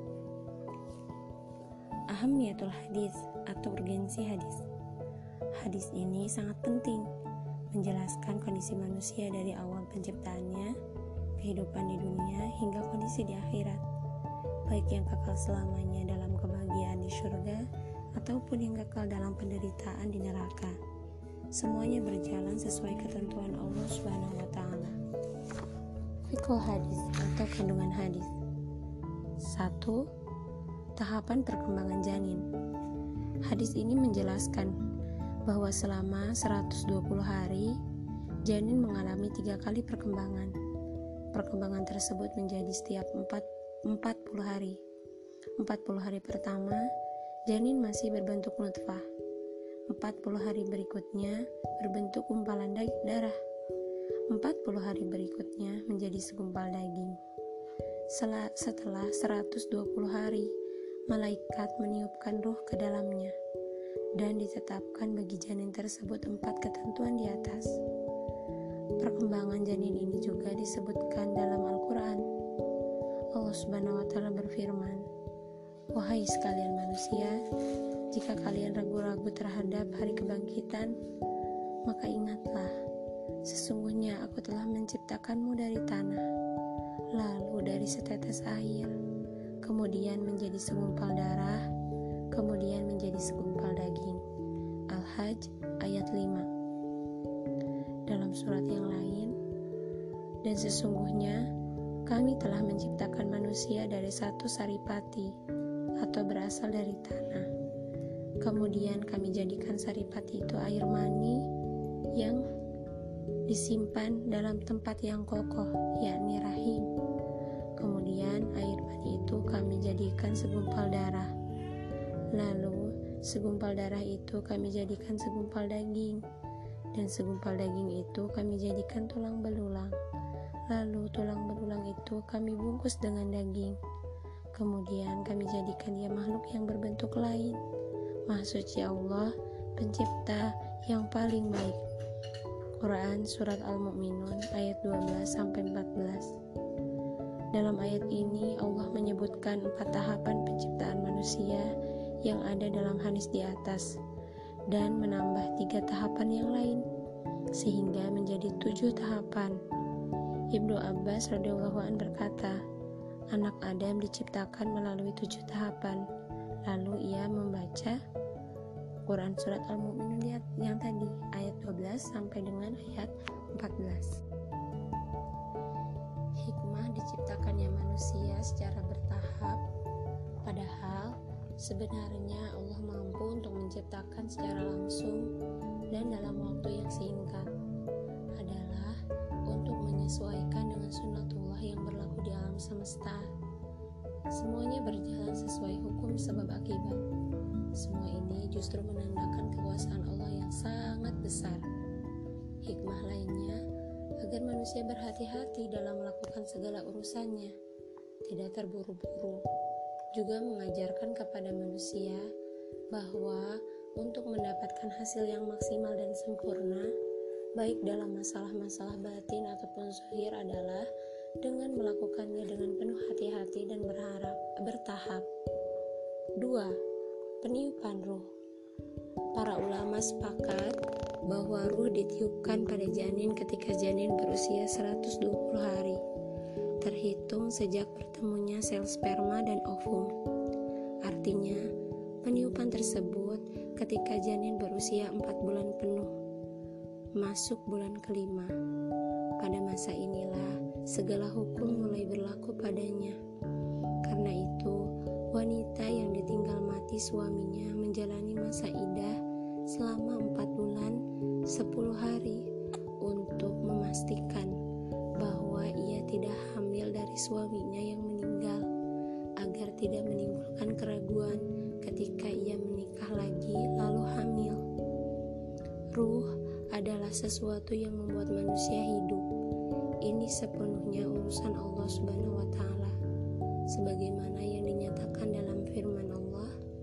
Ahamiyatul hadis atau urgensi hadis. Hadis ini sangat penting, menjelaskan kondisi manusia dari awal penciptaannya, kehidupan di dunia hingga kondisi di akhirat, baik yang kekal selamanya dalam kebahagiaan di syurga ataupun yang kekal dalam penderitaan di neraka. Semuanya berjalan sesuai ketentuan Allah Subhanahu wa taala. Fiqhul hadis atau kandungan hadis. satu. Tahapan perkembangan janin. Hadis ini menjelaskan bahwa selama seratus dua puluh hari janin mengalami tiga kali perkembangan. Perkembangan tersebut menjadi setiap empat puluh hari. empat puluh hari pertama janin masih berbentuk nutfah. empat puluh hari berikutnya berbentuk gumpalan darah. empat puluh hari berikutnya menjadi segumpal daging. Setelah seratus dua puluh hari, malaikat meniupkan ruh ke dalamnya, dan ditetapkan bagi janin tersebut empat ketentuan di atas. Perkembangan janin ini juga disebutkan dalam Al-Quran. Allah Subhanahu wa taala berfirman, Wahai sekalian manusia, jika kalian ragu-ragu terhadap hari kebangkitan, maka ingatlah, sesungguhnya aku telah menciptakanmu dari tanah, lalu dari setetes air, kemudian menjadi segumpal darah, kemudian menjadi segumpal daging. Al-Hajj ayat lima. Dalam surat yang lain, dan sesungguhnya kami telah menciptakan manusia dari satu saripati atau berasal dari tanah. Kemudian kami jadikan saripati itu air mani yang disimpan dalam tempat yang kokoh, yakni rahim. Kemudian air mani itu kami jadikan segumpal darah. Lalu segumpal darah itu kami jadikan segumpal daging. Dan segumpal daging itu kami jadikan tulang belulang. Lalu tulang belulang itu kami bungkus dengan daging. Kemudian kami jadikan dia makhluk yang berbentuk lain. Maha Suci Allah, Pencipta yang paling baik. Quran Surat Al-Mu'minun ayat dua belas sampai empat belas. Dalam ayat ini Allah menyebutkan empat tahapan penciptaan manusia yang ada dalam hadis di atas, dan menambah tiga tahapan yang lain, sehingga menjadi tujuh tahapan. Ibnu Abbas radhiyallahu anhu berkata, anak Adam diciptakan melalui tujuh tahapan. Lalu ia membaca Quran Surat Al-Mu'minun yang tadi, ayat dua belas sampai dengan ayat empat belas. Hikmah diciptakannya manusia secara bertahap, padahal sebenarnya Allah mampu untuk menciptakan secara langsung dan dalam waktu yang singkat, adalah untuk menyesuaikan dengan sunnatullah yang berlaku di alam semesta. Semuanya berjalan sesuai hukum sebab akibat. Semua ini justru menandakan kekuasaan Allah yang sangat besar. Hikmah lainnya, agar manusia berhati-hati dalam melakukan segala urusannya, tidak terburu-buru. Juga mengajarkan kepada manusia bahwa untuk mendapatkan hasil yang maksimal dan sempurna, baik dalam masalah-masalah batin ataupun zahir, adalah dengan melakukannya dengan penuh hati-hati dan berharap bertahap. Dua. Peniupan ruh. Para ulama sepakat bahwa ruh ditiupkan pada janin ketika janin berusia seratus dua puluh hari, terhitung sejak bertemunya sel sperma dan ovum. Artinya, peniupan tersebut ketika janin berusia empat bulan penuh, masuk bulan kelima. Pada masa inilah segala hukum mulai berlaku padanya. Karena itu, wanita yang ditinggal mati suaminya menjalani masa iddah selama empat bulan sepuluh hari untuk memastikan bahwa ia tidak hamil dari suaminya yang meninggal, agar tidak menimbulkan keraguan ketika ia menikah lagi lalu hamil. Ruh adalah sesuatu yang membuat manusia hidup. Ini sepenuhnya urusan Allah Subhanahu wa Ta'ala, sebagaimana yang dinyatakan dalam firman Allah,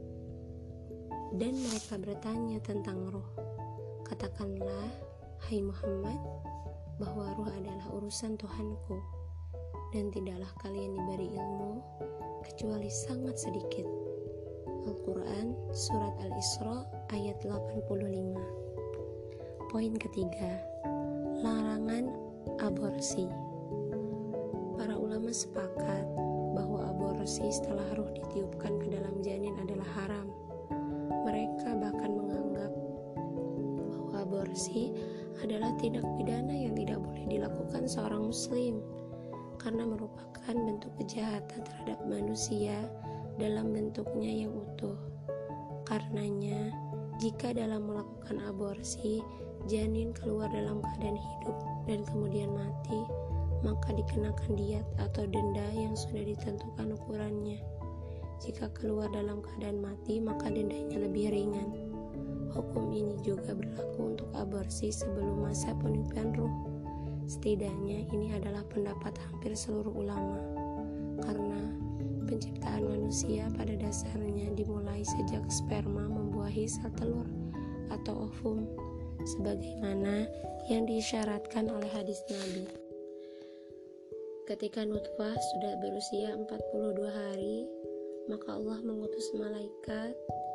dan mereka bertanya tentang ruh. Katakanlah, hai Muhammad, bahwa ruh adalah urusan Tuhanku, dan tidaklah kalian diberi ilmu kecuali sangat sedikit. Al-Quran Surat Al-Isra ayat delapan puluh lima. Poin ketiga, larangan aborsi. Para ulama sepakat bahwa aborsi setelah ruh ditiupkan ke dalam janin adalah haram. Mereka bahkan menganggap bahwa aborsi adalah tindak pidana yang tidak boleh dilakukan seorang muslim, karena merupakan bentuk kejahatan terhadap manusia dalam bentuknya yang utuh. Karenanya, jika dalam melakukan aborsi janin keluar dalam keadaan hidup dan kemudian mati, maka dikenakan diat atau denda yang sudah ditentukan ukurannya. Jika keluar dalam keadaan mati, maka dendanya lebih ringan. Hukum ini juga berlaku untuk aborsi sebelum masa peniupan ruh. Setidaknya ini adalah pendapat hampir seluruh ulama, karena penciptaan manusia pada dasarnya dimulai sejak sperma membuahi sel telur atau ovum, sebagaimana yang diisyaratkan oleh hadis Nabi. Ketika nutfah sudah berusia empat puluh dua hari, maka Allah mengutus malaikat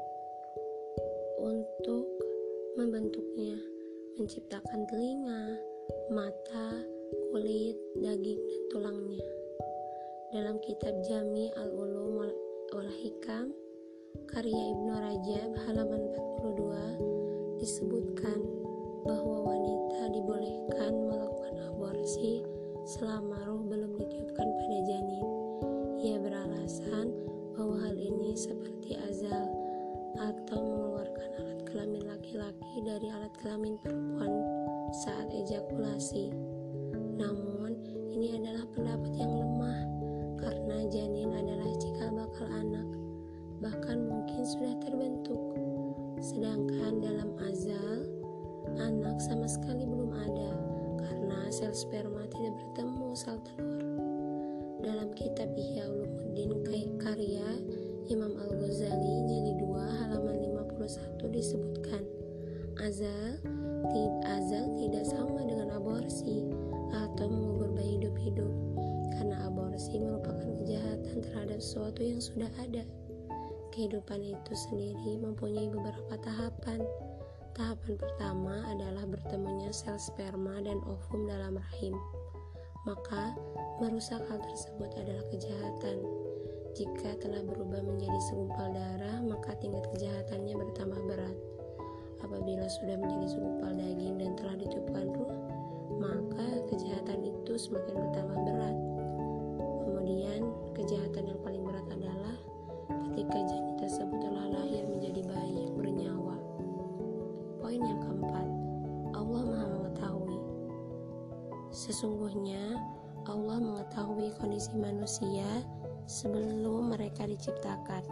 untuk membentuknya, menciptakan telinga, mata, kulit, daging, dan tulangnya. Dalam kitab Jami al-Ulum wal Hikam karya Ibnu Rajab halaman empat puluh dua disebutkan bahwa wanita dibolehkan melakukan aborsi selama ruh belum ditiupkan pada janin. Ia beralasan bahwa hal ini seperti azal atau mengeluarkan alat kelamin laki-laki dari alat kelamin perempuan saat ejakulasi. Namun, ini adalah pendapat yang lemah karena janin adalah cikal bakal anak, bahkan mungkin sudah terbentuk. Sedangkan dalam azal, anak sama sekali belum ada karena sel sperma tidak bertemu sel telur. Dalam kitab Ihya Ulumuddin karya Imam Al-Ghazali jilid dua halaman lima puluh satu disebutkan, azal tid azal tidak sama dengan aborsi atau mengubur bayi hidup-hidup, karena aborsi merupakan kejahatan terhadap sesuatu yang sudah ada. Kehidupan itu sendiri mempunyai beberapa tahapan. Tahapan pertama adalah bertemunya sel sperma dan ovum dalam rahim. Maka, merusak hal tersebut adalah kejahatan. Jika telah berubah menjadi segumpal darah, maka tingkat kejahatannya bertambah berat. Apabila sudah menjadi segumpal daging dan telah ditiupkan ruh, maka kejahatan itu semakin bertambah berat. Kemudian, kejahatan yang paling berat adalah ketika janin tersebut telah lahir menjadi bayi yang bernyawa. Poin yang keempat, Allah Maha Mengetahui. Sesungguhnya Allah mengetahui kondisi manusia sebelum mereka diciptakan.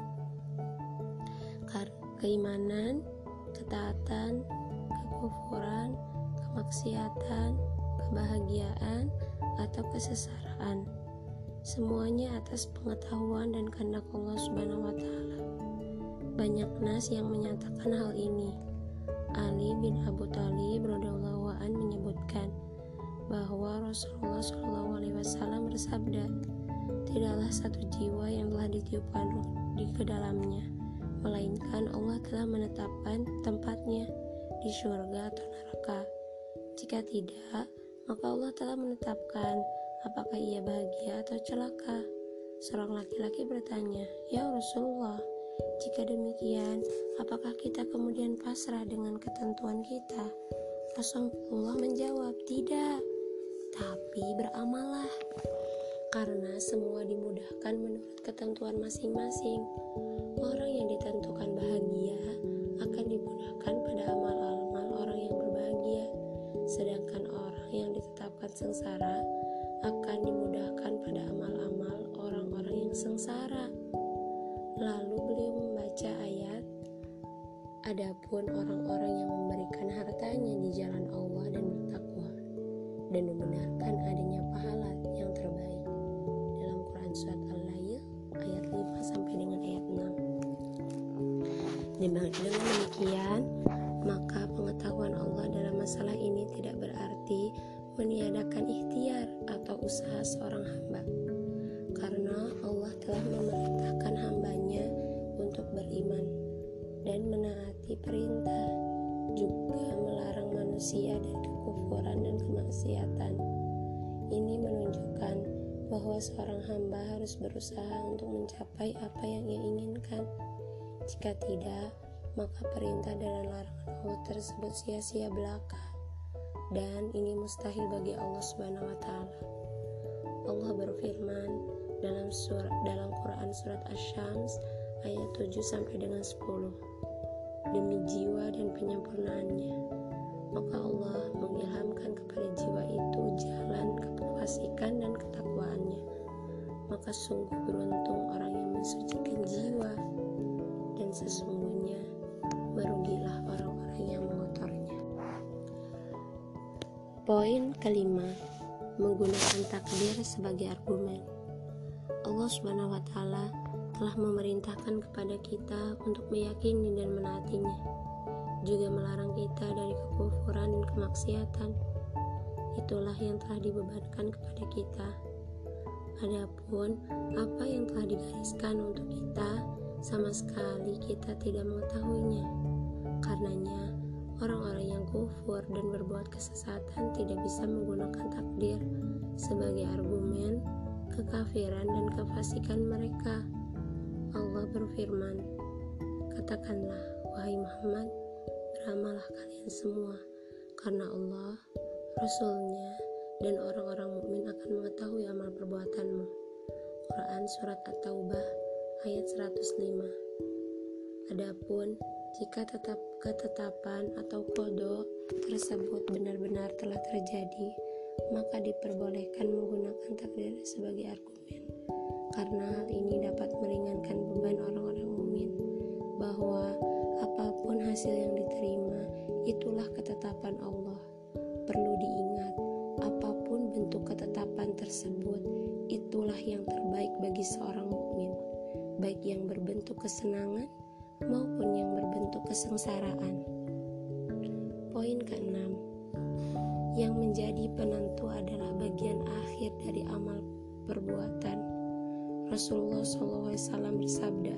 Keimanan, ketaatan, kekufuran, kemaksiatan, kebahagiaan, atau kesesaraan, semuanya atas pengetahuan dan kehendak Allah Subhanahu wa Ta'ala. Banyak nas yang menyatakan hal ini. Ali bin Abu Thalib radhiyallahu an menyebutkan bahwa Rasulullah shallallahu alaihi wasallam bersabda, tidaklah satu jiwa yang telah ditiupkan ruh di kedalamnya, melainkan Allah telah menetapkan tempatnya di surga atau neraka. Jika tidak, maka Allah telah menetapkan apakah ia bahagia atau celaka. Seorang laki-laki bertanya, "Ya Rasulullah, jika demikian, apakah kita kemudian pasrah dengan ketentuan kita?" Rasulullah menjawab, "Tidak, tapi beramallah, karena semua dimudahkan menurut ketentuan masing-masing. Orang yang ditentukan bahagia akan dimudahkan pada amal-amal orang yang berbahagia, sedangkan orang yang ditetapkan sengsara akan dimudahkan pada amal-amal orang-orang yang sengsara." Lalu beliau membaca ayat, "Adapun orang-orang yang memberikan hartanya di jalan Allah dan bertakwa dan membenarkan adanya pahala yang terbaik." Dalam Quran surat Al-Lail ayat lima sampai dengan ayat enam. Dengan demikian, maka pengetahuan Allah dalam masalah ini tidak berarti meniadakan ikhtiar atau usaha seorang hamba, karena Allah telah memerintahkan hambanya untuk beriman dan menaati perintah, juga melarang manusia dari kekufuran dan kemaksiatan. Ini menunjukkan bahwa seorang hamba harus berusaha untuk mencapai apa yang ia inginkan. Jika tidak, maka perintah dan larangan Allah tersebut sia-sia belaka, dan ini mustahil bagi Allah Subhanahu wa Ta'ala. Allah berfirman dalam surat dalam Quran surat Asy-Syams ayat tujuh sampai dengan sepuluh, demi jiwa dan penyempurnaannya, maka Allah mengilhamkan kepada jiwa itu jalan kefasikan dan ketakwaannya. Maka sungguh beruntung orang yang mensucikan jiwa, dan sesungguhnya merugilah orang-orang yang mengotornya. Poin kelima, menggunakan takdir sebagai argumen. Allah Subhanahu wa Ta'ala telah memerintahkan kepada kita untuk meyakini dan menaatinya, juga melarang kita dari kekufuran dan kemaksiatan. Itulah yang telah dibebankan kepada kita. Adapun apa yang telah digariskan untuk kita, sama sekali kita tidak mengetahuinya. Karenanya, orang-orang yang kufur dan berbuat kesesatan tidak bisa menggunakan takdir sebagai argumen kekafiran dan kefasikan mereka. Allah berfirman, "Katakanlah, wahai Muhammad, beramallah kalian semua, karena Allah, Rasul-Nya, dan orang-orang mukmin akan mengetahui amal perbuatanmu." Quran Surat At-Taubah ayat seratus lima. Adapun jika tetap ketetapan atau qada tersebut benar-benar telah terjadi, maka diperbolehkan menggunakan takdir sebagai argumen, karena hal ini dapat meringankan beban orang-orang mukmin, bahwa apapun hasil yang diterima, itulah ketetapan Allah. Perlu diingat, apapun bentuk ketetapan tersebut, itulah yang terbaik bagi seorang mukmin, baik yang berbentuk kesenangan maupun yang berbentuk kesengsaraan. Poin keenam, yang menjadi penentu adalah bagian akhir dari amal perbuatan. Rasulullah shallallahu alaihi wasallam bersabda,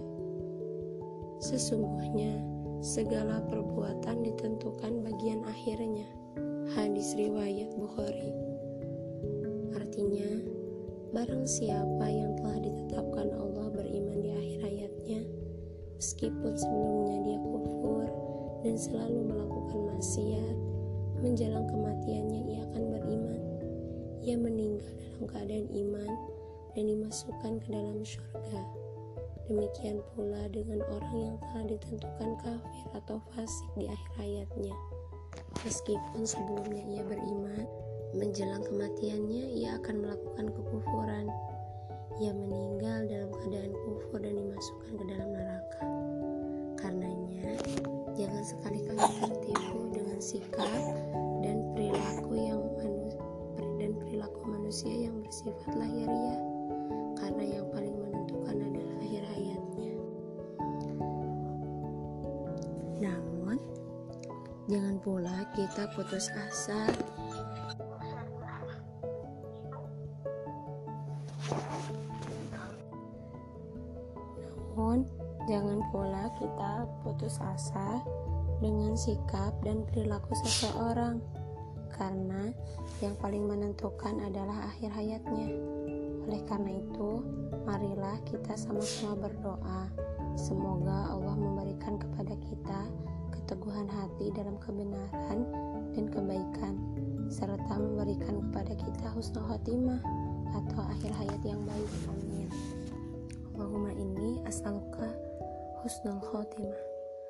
"Sesungguhnya segala perbuatan ditentukan bagian akhirnya." Hadis riwayat Bukhari. Artinya, barang siapa yang telah ditetapkan Allah beriman di akhir hayatnya, meskipun sebelumnya dia kufur dan selalu melakukan maksiat, menjelang kematiannya ia akan beriman. Ia meninggal dalam keadaan iman dan dimasukkan ke dalam surga. Demikian pula dengan orang yang telah ditentukan kafir atau fasik di akhir hayatnya. Meskipun sebelumnya ia beriman, menjelang kematiannya ia akan melakukan kekufuran. Ia meninggal dalam keadaan kufur dan dimasukkan ke dalam neraka. Karenanya, jangan sekali-kali tertipu dengan sikap dan perilaku yang manu- dan perilaku manusia yang bersifat lahiriah, karena yang paling menentukan adalah akhir hayatnya. Namun, jangan pula kita putus asa Namun, jangan pula kita putus asa dengan sikap dan perilaku seseorang, karena yang paling menentukan adalah akhir hayatnya. Oleh karena itu, marilah kita sama-sama berdoa, semoga Allah memberikan kepada kita keteguhan hati dalam kebenaran dan kebaikan, serta memberikan kepada kita husnul khotimah atau akhir hayat yang baik. Amin. Allahumma inni as'aluka husnul khotimah.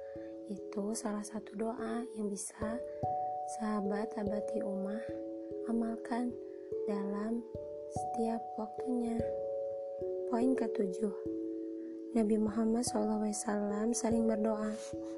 Itu salah satu doa yang bisa sahabat abadi ummah amalkan dalam setiap waktunya. Poin ketujuh, Nabi Muhammad shallallahu alaihi wasallam sering berdoa,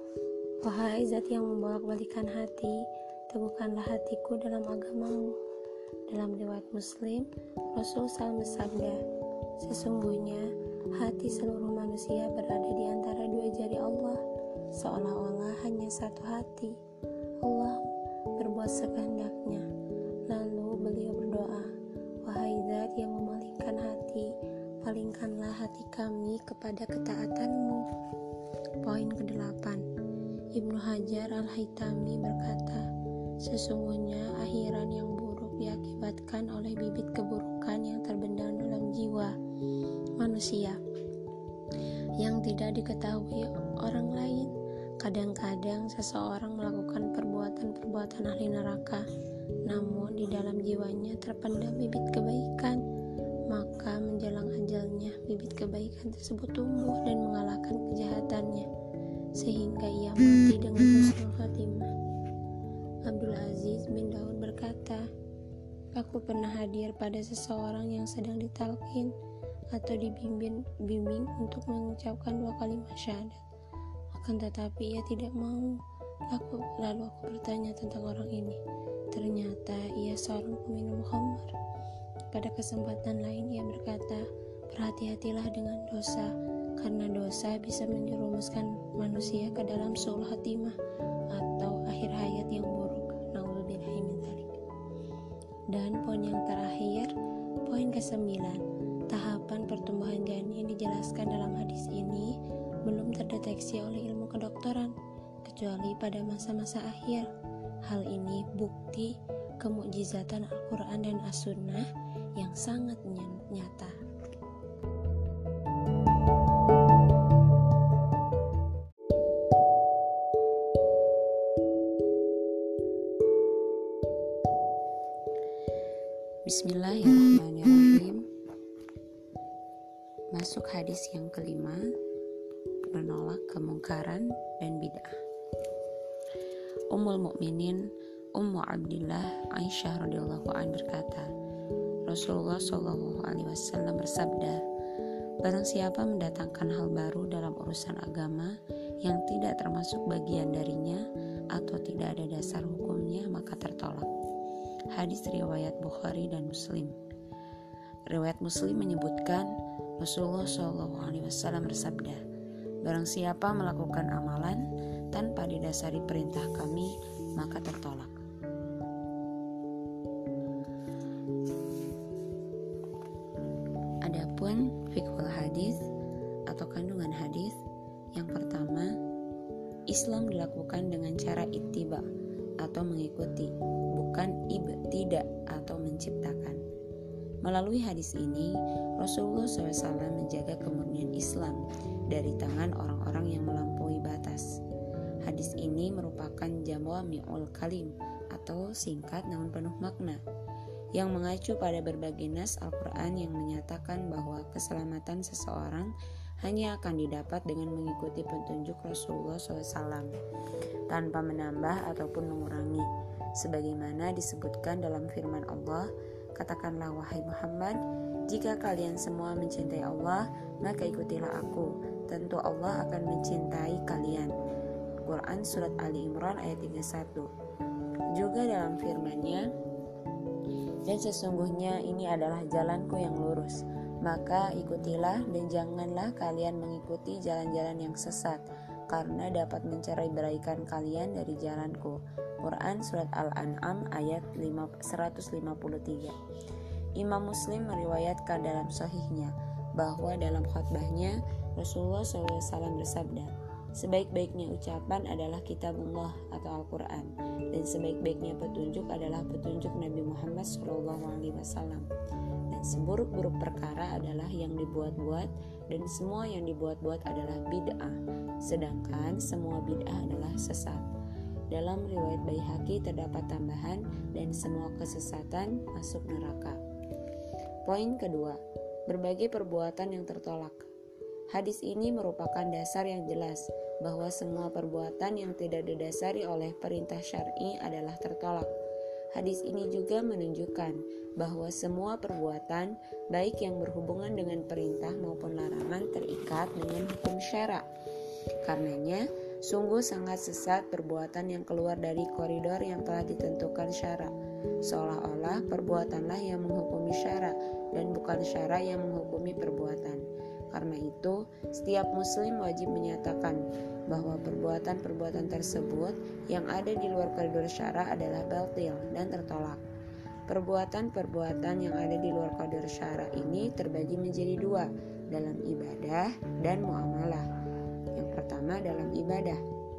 "Wahai zat yang membolak-balikan hati, teguhkanlah hatiku dalam agamamu." Dalam riwayat Muslim, Rasul shallallahu alaihi wasallam bersabda, "Sesungguhnya hati seluruh manusia berada di antara dua jari Allah, seolah-olah hanya satu hati. Allah berbuat sekehendaknya." Lalu beliau berdoa, "Wahai zat yang memalingkan hati, palingkanlah hati kami kepada ketaatanmu." Poin kedelapan, Ibnu Hajar Al-Haytami berkata, "Sesungguhnya akhiran yang buruk diakibatkan oleh bibit keburukan yang terbendam dalam jiwa manusia yang tidak diketahui orang lain. Kadang-kadang seseorang melakukan perbuatan-perbuatan ahli neraka, namun di dalam jiwanya terpendam bibit kebaikan. Maka menjelang ajalnya, bibit kebaikan tersebut tumbuh dan mengalahkan kejahatannya, sehingga ia mati dengan husnul khotimah." Abdul Aziz bin Daud berkata, "Aku pernah hadir pada seseorang yang sedang ditalqin atau dibimbing bimbing untuk mengucapkan dua kalimat syahadat. Akan tetapi ia tidak mau. Lalu, lalu aku bertanya tentang orang ini. Ternyata ia seorang peminum khamr. Pada kesempatan lain ia berkata, berhati-hatilah dengan dosa, karena dosa bisa menjerumuskan manusia ke dalam su'ul khatimah atau akhir hayat yang buruk. Na'udzubillahi min dzalik." Dan poin yang terakhir, poin kesembilan, Tahapan pertumbuhan janin yang dijelaskan dalam hadis ini belum terdeteksi oleh ilmu kedokteran, kecuali pada masa-masa akhir. Hal ini bukti kemukjizatan Al-Quran dan As-Sunnah yang sangat nyata. Bismillahirrahmanirrahim. Masuk hadis yang kelima, menolak kemungkaran dan bid'ah. Ummul Mukminin Ummu Abdillah Aisyah radhiyallahu anha berkata, Rasulullah shallallahu alaihi wasallam bersabda, barang siapa mendatangkan hal baru dalam urusan agama yang tidak termasuk bagian darinya atau tidak ada dasar hukumnya, maka tertolak. Hadis riwayat Bukhari dan Muslim. Riwayat Muslim menyebutkan Rasulullah shallallahu alaihi wasallam bersabda, barang siapa melakukan amalan tanpa didasari perintah kami, maka tertolak. Adapun fiqhul hadis atau kandungan hadis, yang pertama, Islam dilakukan dengan cara ittiba atau mengikuti, bukan ibtidak atau menciptakan. Melalui hadis ini, Rasulullah shallallahu alaihi wasallam menjaga kemurnian Islam dari tangan orang-orang yang melampaui batas. Hadis ini merupakan jawami'ul kalim atau singkat namun penuh makna, yang mengacu pada berbagai nas Al-Quran yang menyatakan bahwa keselamatan seseorang hanya akan didapat dengan mengikuti petunjuk Rasulullah shallallahu alaihi wasallam tanpa menambah ataupun mengurangi, sebagaimana disebutkan dalam firman Allah, katakanlah wahai Muhammad, jika kalian semua mencintai Allah, maka ikutilah aku, tentu Allah akan mencintai kalian. Quran Surat Ali Imran ayat tiga puluh satu. Juga dalam firman-Nya, dan sesungguhnya ini adalah jalanku yang lurus, maka ikutilah dan janganlah kalian mengikuti jalan-jalan yang sesat, karena dapat mencerai-beraikan kalian dari jalanku. Quran Surat Al-An'am ayat seratus lima puluh tiga. Imam Muslim meriwayatkan dalam sahihnya bahwa dalam khutbahnya Rasulullah shallallahu alaihi wasallam bersabda, sebaik-baiknya ucapan adalah kitabullah atau Al-Quran, dan sebaik-baiknya petunjuk adalah petunjuk Nabi Muhammad shallallahu alaihi wasallam, dan seburuk-buruk perkara adalah yang dibuat-buat, dan semua yang dibuat-buat adalah bid'ah, sedangkan semua bid'ah adalah sesat. Dalam riwayat Baihaqi terdapat tambahan, dan semua kesesatan masuk neraka. Poin kedua, berbagai perbuatan yang tertolak. Hadis ini merupakan dasar yang jelas bahwa semua perbuatan yang tidak didasari oleh perintah syar'i adalah tertolak. Hadis ini juga menunjukkan bahwa semua perbuatan, baik yang berhubungan dengan perintah maupun larangan, terikat dengan hukum syara. Karenanya, sungguh sangat sesat perbuatan yang keluar dari koridor yang telah ditentukan syara, seolah-olah perbuatanlah yang menghukumi syara dan bukan syara yang menghukumi perbuatan. Karena itu, setiap muslim wajib menyatakan bahwa perbuatan-perbuatan tersebut yang ada di luar koridor syara adalah batil dan tertolak. Perbuatan-perbuatan yang ada di luar koridor syara ini terbagi menjadi dua, dalam ibadah dan muamalah. Yang pertama dalam ibadah.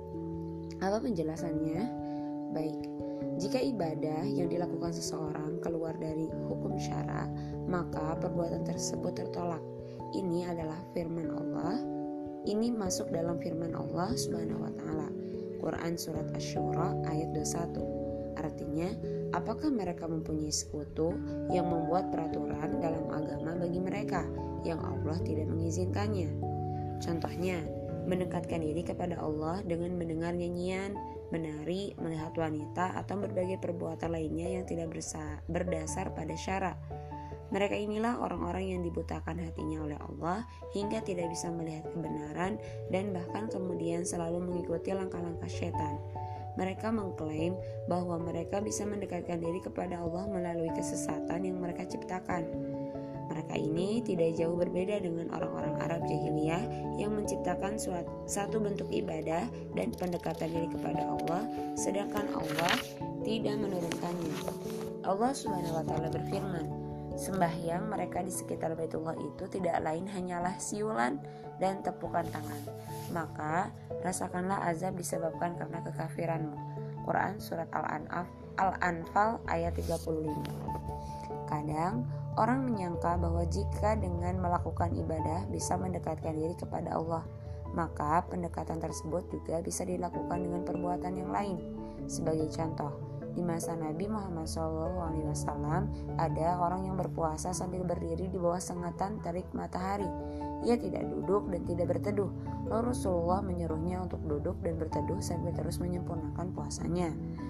Apa penjelasannya? Baik, jika ibadah yang dilakukan seseorang keluar dari hukum syara, maka perbuatan tersebut tertolak. Ini adalah firman Allah. Ini masuk dalam firman Allah Subhanahu wa taala. Quran Surat Asy-Syura ayat dua puluh satu. Artinya, apakah mereka mempunyai sekutu yang membuat peraturan dalam agama bagi mereka yang Allah tidak mengizinkannya? Contohnya, mendekatkan diri kepada Allah dengan mendengar nyanyian, menari, melihat wanita, atau berbagai perbuatan lainnya yang tidak bersa- berdasar pada syara. Mereka inilah orang-orang yang dibutakan hatinya oleh Allah hingga tidak bisa melihat kebenaran dan bahkan kemudian selalu mengikuti langkah-langkah syaitan. Mereka mengklaim bahwa mereka bisa mendekatkan diri kepada Allah melalui kesesatan yang mereka ciptakan. Mereka ini tidak jauh berbeda dengan orang-orang Arab jahiliyah yang menciptakan suatu, satu bentuk ibadah dan pendekatan diri kepada Allah, sedangkan Allah tidak menurunkannya. Allah Subhanahu wa taala berfirman, Sembahyang mereka di sekitar Baitullah itu tidak lain hanyalah siulan dan tepukan tangan. Maka rasakanlah azab disebabkan karena kekafiranmu. Quran Surat Al-An'am Al-Anfal ayat tiga puluh lima. Kadang orang menyangka bahwa jika dengan melakukan ibadah bisa mendekatkan diri kepada Allah, maka pendekatan tersebut juga bisa dilakukan dengan perbuatan yang lain. Sebagai contoh, di masa Nabi Muhammad shallallahu alaihi wasallam ada orang yang berpuasa sambil berdiri di bawah sengatan terik matahari. Ia tidak duduk dan tidak berteduh. Lalu Rasulullah menyuruhnya untuk duduk dan berteduh sambil terus menyempurnakan puasanya.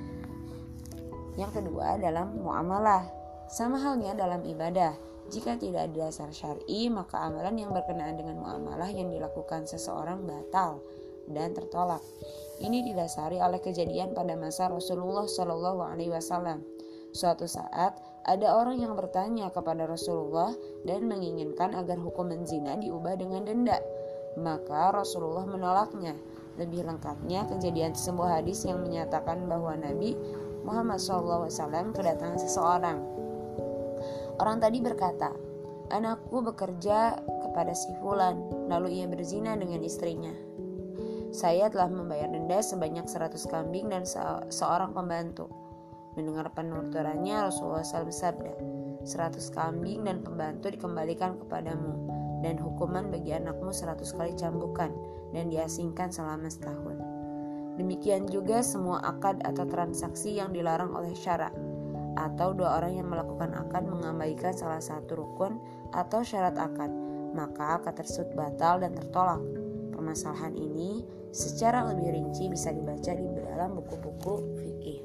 Yang kedua, dalam muamalah. Sama halnya dalam ibadah. Jika tidak ada dasar syar'i, maka amalan yang berkenaan dengan muamalah yang dilakukan seseorang batal dan tertolak. Ini didasari oleh kejadian pada masa Rasulullah shallallahu alaihi wasallam. Suatu saat, ada orang yang bertanya kepada Rasulullah dan menginginkan agar hukum menzina diubah dengan denda. Maka Rasulullah menolaknya. Lebih lengkapnya, kejadian sebuah hadis yang menyatakan bahwa Nabi Muhammad shallallahu alaihi wasallam kedatangan seseorang. Orang tadi berkata, "Anakku bekerja kepada si fulan, lalu ia berzina dengan istrinya. Saya telah membayar denda sebanyak seratus kambing dan se- seorang pembantu." Mendengar penuturannya, Rasulullah shallallahu alaihi wasallam bersabda, "Seratus kambing dan pembantu dikembalikan kepadamu, dan hukuman bagi anakmu seratus kali cambukan, dan diasingkan selama setahun." Demikian juga semua akad atau transaksi yang dilarang oleh syara, atau dua orang yang melakukan akad mengabaikan salah satu rukun atau syarat akad, maka akad tersebut batal dan tertolak. Permasalahan ini secara lebih rinci bisa dibaca di dalam buku-buku fikih.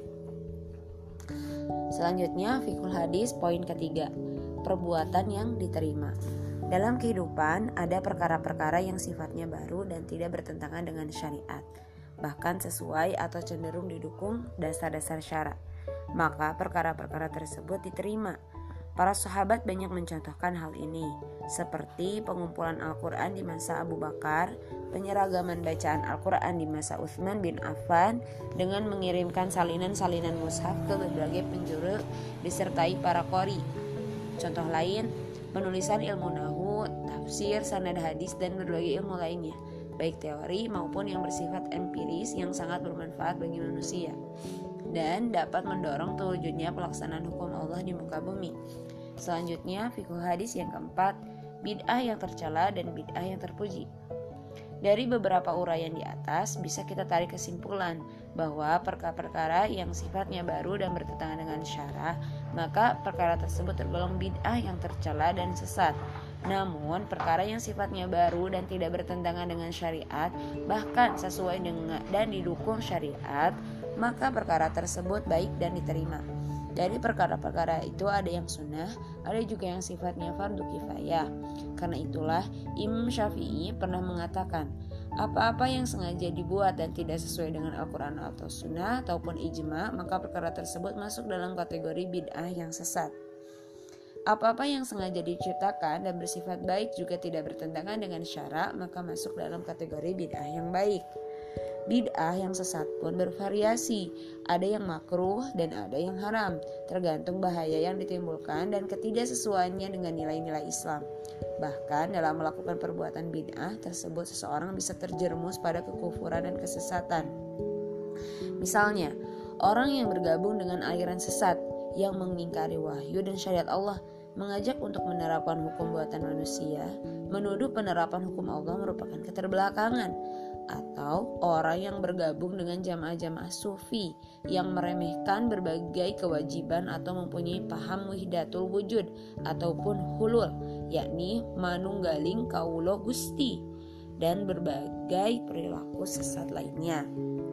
Selanjutnya, fikul hadis poin ketiga, perbuatan yang diterima. Dalam kehidupan ada perkara-perkara yang sifatnya baru dan tidak bertentangan dengan syariat, bahkan sesuai atau cenderung didukung dasar-dasar syara. Maka perkara-perkara tersebut diterima. Para sahabat banyak mencontohkan hal ini, seperti pengumpulan Al-Quran di masa Abu Bakar, penyeragaman bacaan Al-Quran di masa Utsman bin Affan, dengan mengirimkan salinan-salinan mushaf ke berbagai penjuru disertai para qori. Contoh lain, penulisan ilmu nahwu, tafsir, sanad hadis, dan berbagai ilmu lainnya, baik teori maupun yang bersifat empiris yang sangat bermanfaat bagi manusia dan dapat mendorong terwujudnya pelaksanaan hukum Allah di muka bumi. Selanjutnya, fikih hadis yang keempat, bid'ah yang tercela dan bid'ah yang terpuji. Dari beberapa uraian di atas, bisa kita tarik kesimpulan bahwa perkara-perkara yang sifatnya baru dan bertentangan dengan syara, maka perkara tersebut tergolong bid'ah yang tercela dan sesat. Namun, perkara yang sifatnya baru dan tidak bertentangan dengan syariat, bahkan sesuai dengan dan didukung syariat, maka perkara tersebut baik dan diterima. Dari perkara-perkara itu ada yang sunnah, ada juga yang sifatnya fardu kifayah. Karena itulah Imam Syafi'i pernah mengatakan, apa-apa yang sengaja dibuat dan tidak sesuai dengan Al-Quran atau sunnah ataupun ijma, maka perkara tersebut masuk dalam kategori bid'ah yang sesat. Apa-apa yang sengaja diciptakan dan bersifat baik juga tidak bertentangan dengan syara, maka masuk dalam kategori bid'ah yang baik. Bid'ah yang sesat pun bervariasi, ada yang makruh dan ada yang haram, tergantung bahaya yang ditimbulkan dan ketidaksesuaiannya dengan nilai-nilai Islam. Bahkan dalam melakukan perbuatan bid'ah tersebut, seseorang bisa terjerumus pada kekufuran dan kesesatan. Misalnya, orang yang bergabung dengan aliran sesat yang mengingkari wahyu dan syariat Allah, mengajak untuk menerapkan hukum buatan manusia, menuduh penerapan hukum Allah merupakan keterbelakangan, atau orang yang bergabung dengan jamaah-jamaah sufi yang meremehkan berbagai kewajiban atau mempunyai paham wahdatul wujud ataupun hulul, yakni manunggaling kaulo gusti, dan berbagai perilaku sesat lainnya.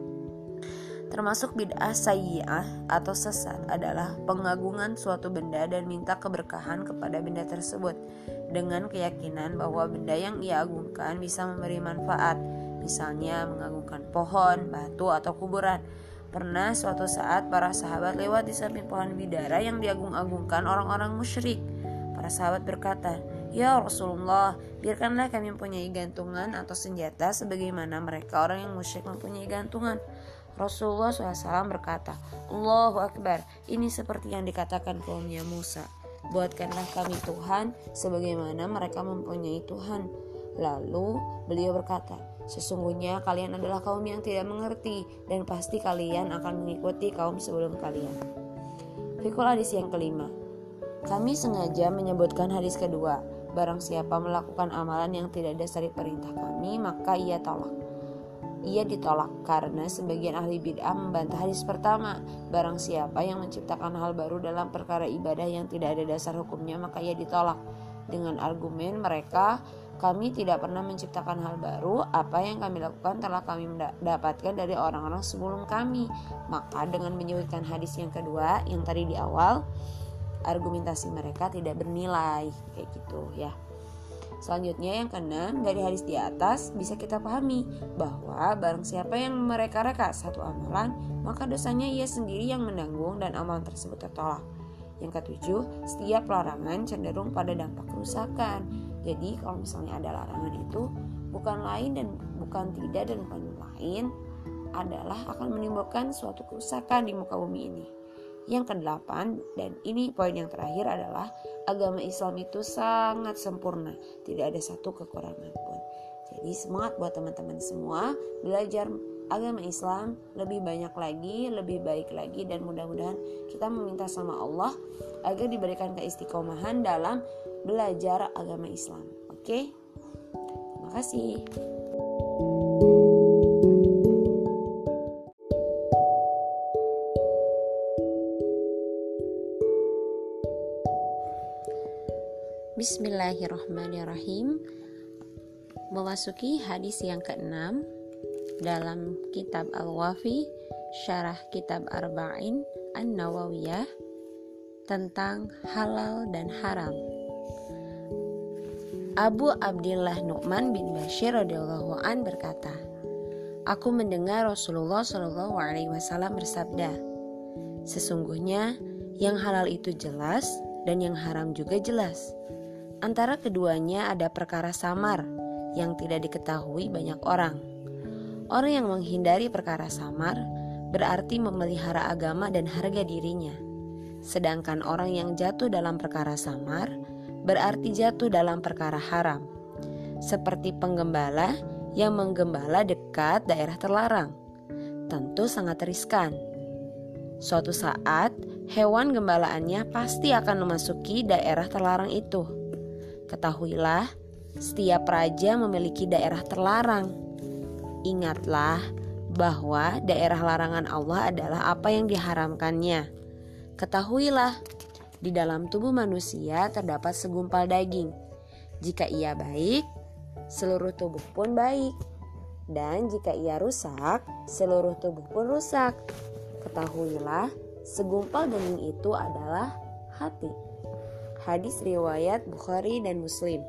Termasuk bid'ah sayyi'ah atau sesat adalah pengagungan suatu benda dan minta keberkahan kepada benda tersebut dengan keyakinan bahwa benda yang ia agungkan bisa memberi manfaat, misalnya mengagungkan pohon, batu, atau kuburan. Pernah suatu saat para sahabat lewat di samping pohon bidara yang diagung-agungkan orang-orang musyrik. Para sahabat berkata, "Ya Rasulullah, biarkanlah kami mempunyai gantungan atau senjata sebagaimana mereka orang yang musyrik mempunyai gantungan." Rasulullah shallallahu alaihi wasallam berkata, "Allahu Akbar, ini seperti yang dikatakan kaumnya Musa." buatkanlah kami Tuhan sebagaimana mereka mempunyai Tuhan. Lalu beliau berkata, sesungguhnya kalian adalah kaum yang tidak mengerti, dan pasti kalian akan mengikuti kaum sebelum kalian. Fikul hadis yang kelima, kami sengaja menyebutkan hadis kedua. Barang siapa melakukan amalan yang tidak dasari perintah kami, maka ia tolak. Ia ditolak karena sebagian ahli bid'ah membantah hadis pertama. Barang siapa yang menciptakan hal baru dalam perkara ibadah yang tidak ada dasar hukumnya, maka ia ditolak. Dengan argumen mereka, kami tidak pernah menciptakan hal baru, apa yang kami lakukan telah kami mendapatkan dari orang-orang sebelum kami. Maka dengan menyebutkan hadis yang kedua, yang tadi di awal, argumentasi mereka tidak bernilai, kayak gitu ya. Selanjutnya yang keenam, dari hadis di atas bisa kita pahami bahwa barang siapa yang mereka-reka satu amalan, maka dosanya ia sendiri yang menanggung dan amalan tersebut tertolak. Yang ketujuh, setiap larangan cenderung pada dampak kerusakan. Jadi kalau misalnya ada larangan itu bukan lain dan bukan tidak dan bukan lain adalah akan menimbulkan suatu kerusakan di muka bumi ini. Yang kedelapan, dan ini poin yang terakhir adalah agama Islam itu sangat sempurna, tidak ada satu kekurangan pun. Jadi semangat buat teman-teman semua, belajar agama Islam lebih banyak lagi, lebih baik lagi, dan mudah-mudahan kita meminta sama Allah agar diberikan keistiqomahan dalam belajar agama Islam. Oke? Terima kasih. Bismillahirrahmanirrahim. Memasuki hadis yang keenam dalam kitab Al-Wafi, syarah kitab Arba'in An-Nawawiyah tentang halal dan haram. Abu Abdillah Nu'man bin Bashir radhiyallahu an berkata, aku mendengar Rasulullah shallallahu alaihi wasallam bersabda, sesungguhnya yang halal itu jelas dan yang haram juga jelas. Antara keduanya ada perkara samar yang tidak diketahui banyak orang. Orang yang menghindari perkara samar berarti memelihara agama dan harga dirinya. Sedangkan orang yang jatuh dalam perkara samar berarti jatuh dalam perkara haram. Seperti penggembala yang menggembala dekat daerah terlarang. Tentu sangat riskan. Suatu saat hewan gembalaannya pasti akan memasuki daerah terlarang itu. Ketahuilah, setiap raja memiliki daerah terlarang. Ingatlah bahwa daerah larangan Allah adalah apa yang diharamkannya. Ketahuilah, di dalam tubuh manusia terdapat segumpal daging. Jika ia baik, seluruh tubuh pun baik. Dan jika ia rusak, seluruh tubuh pun rusak. Ketahuilah, segumpal daging itu adalah hati. Hadis riwayat Bukhari dan Muslim.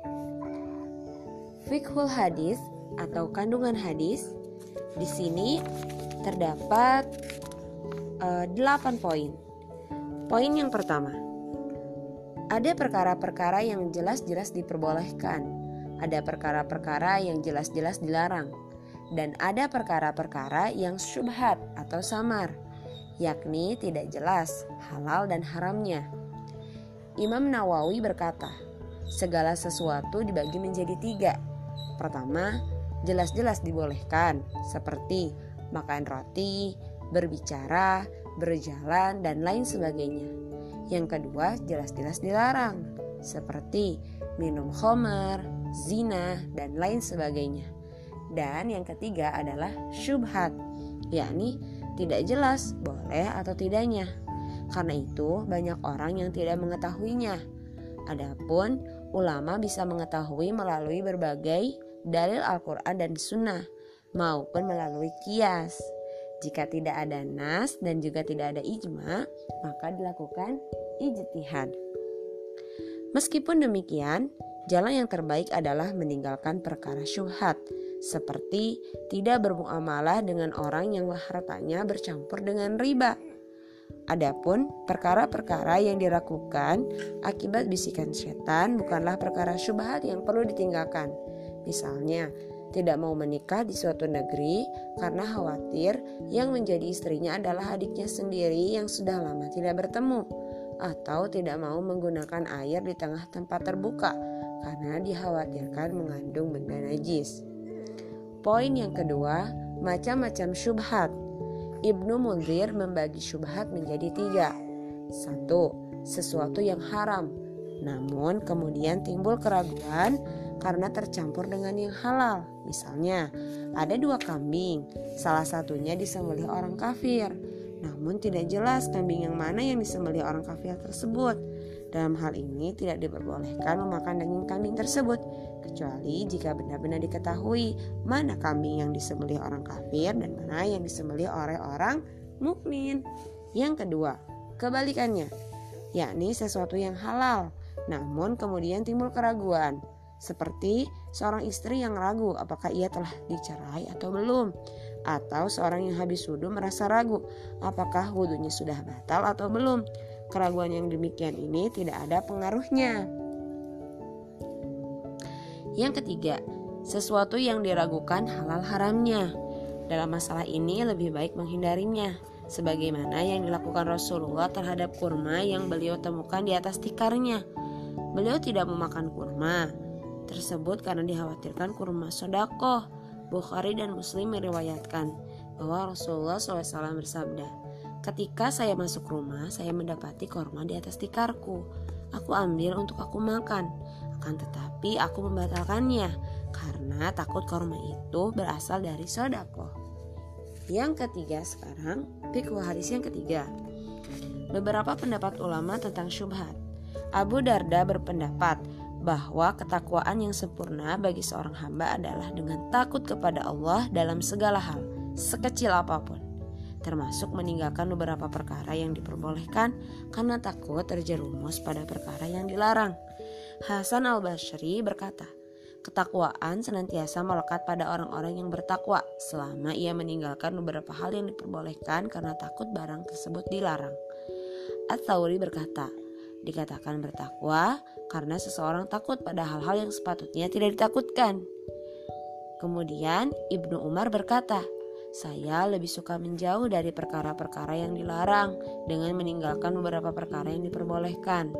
Fiqhul hadis atau kandungan hadis, di sini terdapat uh, delapan poin. Poin yang pertama, ada perkara-perkara yang jelas-jelas diperbolehkan, ada perkara-perkara yang jelas-jelas dilarang, dan ada perkara-perkara yang syubhat atau samar, yakni tidak jelas halal dan haramnya. Imam Nawawi berkata, segala sesuatu dibagi menjadi tiga. Pertama, jelas-jelas dibolehkan, seperti makan roti, berbicara, berjalan, dan lain sebagainya. Yang kedua, jelas-jelas dilarang, seperti minum khamar, zina, dan lain sebagainya. Dan yang ketiga adalah syubhat, yakni tidak jelas boleh atau tidaknya. Karena itu banyak orang yang tidak mengetahuinya. Adapun ulama bisa mengetahui melalui berbagai dalil Al-Quran dan Sunnah maupun melalui qiyas. Jika tidak ada nas dan juga tidak ada ijma, maka dilakukan ijtihad. Meskipun demikian, jalan yang terbaik adalah meninggalkan perkara syubhat, seperti tidak bermuamalah dengan orang yang hartanya bercampur dengan riba. Adapun perkara-perkara yang diragukan akibat bisikan setan bukanlah perkara syubhat yang perlu ditinggalkan. Misalnya, tidak mau menikah di suatu negeri karena khawatir yang menjadi istrinya adalah adiknya sendiri yang sudah lama tidak bertemu. atau tidak mau menggunakan air di tengah tempat terbuka karena dikhawatirkan mengandung benda najis. Poin yang kedua, macam-macam syubhat. Ibnu Munzir membagi syubhat menjadi tiga. Satu, sesuatu yang haram, namun kemudian timbul keraguan karena tercampur dengan yang halal. Misalnya, ada dua kambing, salah satunya disembelih orang kafir, namun tidak jelas kambing yang mana yang disembelih orang kafir tersebut. Dalam hal ini tidak diperbolehkan memakan daging kambing tersebut, kecuali jika benar-benar diketahui mana kambing yang disembelih orang kafir dan mana yang disembelih oleh orang mukmin. Yang kedua, kebalikannya, yakni sesuatu yang halal, namun kemudian timbul keraguan. Seperti seorang istri yang ragu apakah ia telah dicerai atau belum, atau seorang yang habis wudhu merasa ragu apakah wudhunya sudah batal atau belum. Keraguan yang demikian ini tidak ada pengaruhnya. Yang ketiga, sesuatu yang diragukan halal haramnya. Dalam masalah ini lebih baik menghindarinya, sebagaimana yang dilakukan Rasulullah terhadap kurma yang beliau temukan di atas tikarnya. Beliau tidak memakan kurma tersebut karena dikhawatirkan kurma sedekah. Bukhari dan Muslim meriwayatkan bahwa Rasulullah shallallahu alaihi wasallam bersabda, "Ketika saya masuk rumah, saya mendapati kurma di atas tikarku. Aku ambil untuk aku makan, akan tetapi aku membatalkannya karena takut kurma itu berasal dari sedekah." Yang ketiga sekarang, fikih hadis yang ketiga. Beberapa pendapat ulama tentang syubhat. Abu Darda berpendapat bahwa ketakwaan yang sempurna bagi seorang hamba adalah dengan takut kepada Allah dalam segala hal, sekecil apapun, termasuk meninggalkan beberapa perkara yang diperbolehkan karena takut terjerumus pada perkara yang dilarang. Hasan al-Basri berkata, ketakwaan senantiasa melekat pada orang-orang yang bertakwa selama ia meninggalkan beberapa hal yang diperbolehkan karena takut barang tersebut dilarang. At-Tsauri berkata, dikatakan bertakwa karena seseorang takut pada hal-hal yang sepatutnya tidak ditakutkan. Kemudian Ibnu Umar berkata, saya lebih suka menjauh dari perkara-perkara yang dilarang dengan meninggalkan beberapa perkara yang diperbolehkan.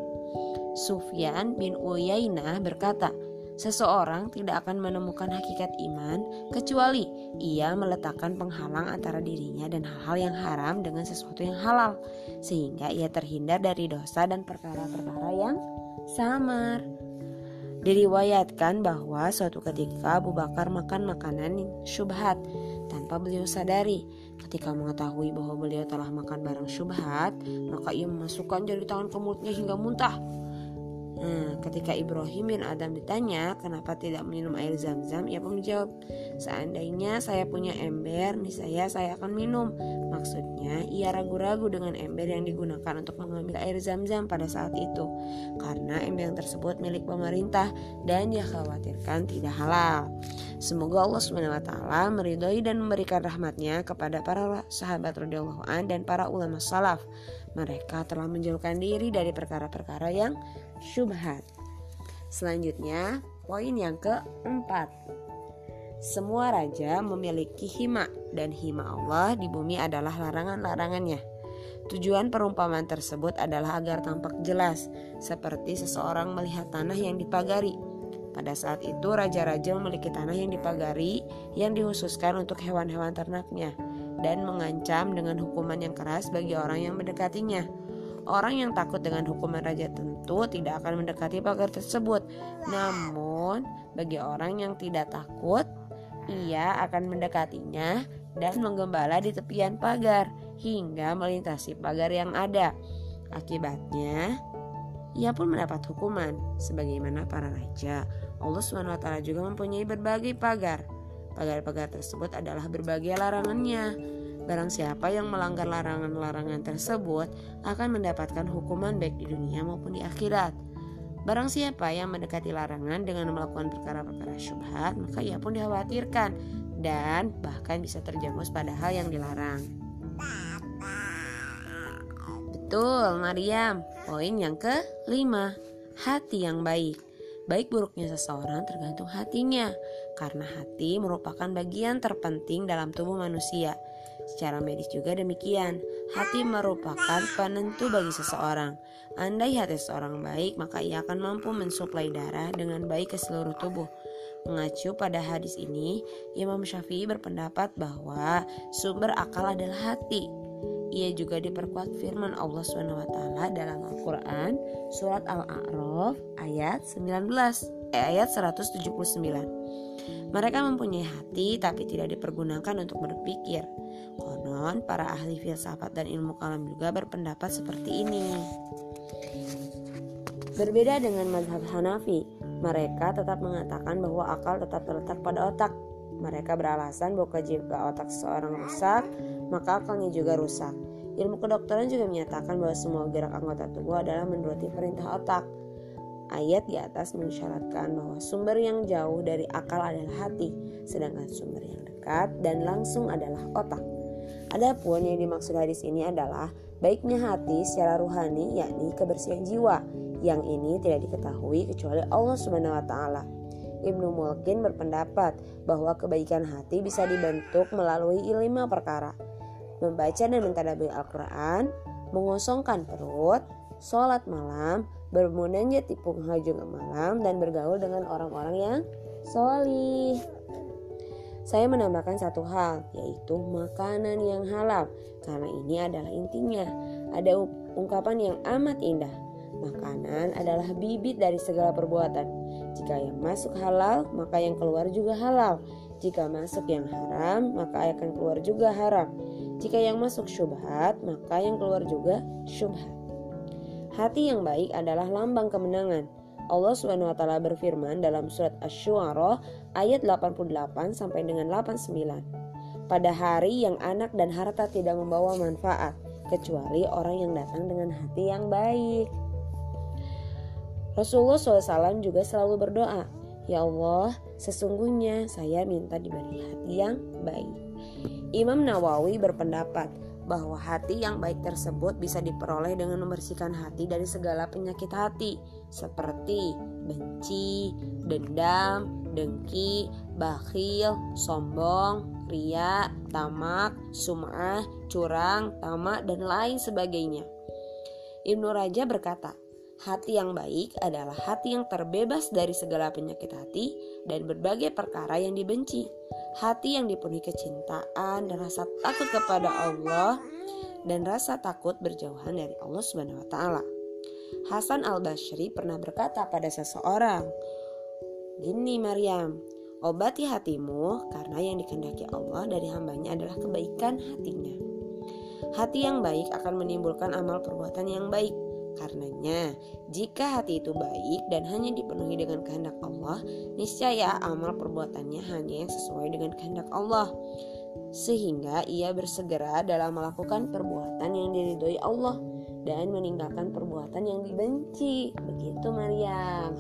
Sufyan bin Uyainah berkata, seseorang tidak akan menemukan hakikat iman kecuali ia meletakkan penghalang antara dirinya dan hal-hal yang haram dengan sesuatu yang halal, sehingga ia terhindar dari dosa dan perkara-perkara yang samar. Diriwayatkan bahwa suatu ketika Abu Bakar makan makanan yang syubhat tanpa beliau sadari. Ketika mengetahui bahwa beliau telah makan barang syubhat, maka ia memasukkan jari tangan ke mulutnya hingga muntah. Nah, ketika Ibrahim bin Adam ditanya kenapa tidak minum air zam-zam, ia pun menjawab, seandainya saya punya ember, niscaya saya akan minum. Maksudnya, ia ragu-ragu dengan ember yang digunakan untuk mengambil air zam-zam pada saat itu, karena ember tersebut milik pemerintah dan dia khawatirkan tidak halal. Semoga Allah subhanahu wa taala meridhoi dan memberikan rahmatnya kepada para sahabat radhiyallahu an dan para ulama salaf. Mereka telah menjauhkan diri dari perkara-perkara yang syubhat. Selanjutnya, poin yang keempat. Semua raja memiliki hima, dan hima Allah di bumi adalah larangan-larangannya. Tujuan perumpamaan tersebut adalah agar tampak jelas, seperti seseorang melihat tanah yang dipagari. Pada saat itu raja-raja memiliki tanah yang dipagari yang dikhususkan untuk hewan-hewan ternaknya dan mengancam dengan hukuman yang keras bagi orang yang mendekatinya. Orang yang takut dengan hukuman raja tentu tidak akan mendekati pagar tersebut. Namun bagi orang yang tidak takut, ia akan mendekatinya dan menggembala di tepian pagar hingga melintasi pagar yang ada. Akibatnya ia pun mendapat hukuman sebagaimana para raja. Allah subhanahu wa taala juga mempunyai berbagai pagar. Pagar-pagar tersebut adalah berbagai larangannya. Barang siapa yang melanggar larangan-larangan tersebut akan mendapatkan hukuman baik di dunia maupun di akhirat. Barang siapa yang mendekati larangan dengan melakukan perkara-perkara syubhat, maka ia pun dikhawatirkan dan bahkan bisa terjerumus pada hal yang dilarang. Betul, Maryam. Poin yang kelima, hati yang baik. Baik buruknya seseorang tergantung hatinya, karena hati merupakan bagian terpenting dalam tubuh manusia. Secara medis juga demikian. Hati merupakan penentu bagi seseorang. Andai hati seseorang baik, maka ia akan mampu mensuplai darah dengan baik ke seluruh tubuh. Mengacu pada hadis ini, Imam Syafi'i berpendapat bahwa sumber akal adalah hati. Ia juga diperkuat firman Allah subhanahu wa taala dalam Al-Qur'an surat Al-A'raf ayat sembilan belas eh, ayat seratus tujuh puluh sembilan. Mereka mempunyai hati tapi tidak dipergunakan untuk berpikir. Konon para ahli filsafat dan ilmu kalam juga berpendapat seperti ini. Berbeda dengan mazhab Hanafi, mereka tetap mengatakan bahwa akal tetap terletak pada otak. Mereka beralasan bahwa jika otak seseorang rusak, maka akalnya juga rusak. Ilmu kedokteran juga menyatakan bahwa semua gerak anggota tubuh adalah menuruti perintah otak. Ayat di atas mensyaratkan bahwa sumber yang jauh dari akal adalah hati, sedangkan sumber yang dekat dan langsung adalah otak. Adapun yang dimaksud hadis ini adalah baiknya hati secara ruhani, yakni kebersihan jiwa. Yang ini tidak diketahui kecuali Allah Subhanahu wa taala. Ibnu Mulkin berpendapat bahwa kebaikan hati bisa dibentuk melalui lima perkara: membaca dan mentadabburi Al-Quran, mengosongkan perut, sholat malam, bermunajat di penghujung malam, dan bergaul dengan orang-orang yang sholih. Saya menambahkan satu hal, yaitu makanan yang halal, karena ini adalah intinya. Ada ungkapan yang amat indah, makanan adalah bibit dari segala perbuatan. Jika yang masuk halal, maka yang keluar juga halal. Jika masuk yang haram, maka akan keluar juga haram. Jika yang masuk syubhat, maka yang keluar juga syubhat. Hati yang baik adalah lambang kemenangan. Allah subhanahu wa taala berfirman dalam surat Asy-Syu'ara ayat delapan puluh delapan sampai dengan delapan puluh sembilan. Pada hari yang anak dan harta tidak membawa manfaat, kecuali orang yang datang dengan hati yang baik. Rasulullah shallallahu alaihi wasallam juga selalu berdoa, "Ya Allah, sesungguhnya saya minta diberi hati yang baik." Imam Nawawi berpendapat bahwa hati yang baik tersebut bisa diperoleh dengan membersihkan hati dari segala penyakit hati seperti benci, dendam, dengki, bakhil, sombong, riya, tamak, sum'ah, curang, tamak, dan lain sebagainya. Ibnu Rajab berkata, hati yang baik adalah hati yang terbebas dari segala penyakit hati dan berbagai perkara yang dibenci. Hati yang dipenuhi kecintaan dan rasa takut kepada Allah dan rasa takut berjauhan dari Allah Subhanahu wa taala. Hasan al-Basri pernah berkata pada seseorang, "Gini Maryam, obati hatimu karena yang dikehendaki Allah dari hambanya adalah kebaikan hatinya." Hati yang baik akan menimbulkan amal perbuatan yang baik. Karenanya, jika hati itu baik dan hanya dipenuhi dengan kehendak Allah, niscaya amal perbuatannya hanya yang sesuai dengan kehendak Allah, sehingga ia bersegera dalam melakukan perbuatan yang diridhoi Allah dan meninggalkan perbuatan yang dibenci. Begitu Maryam.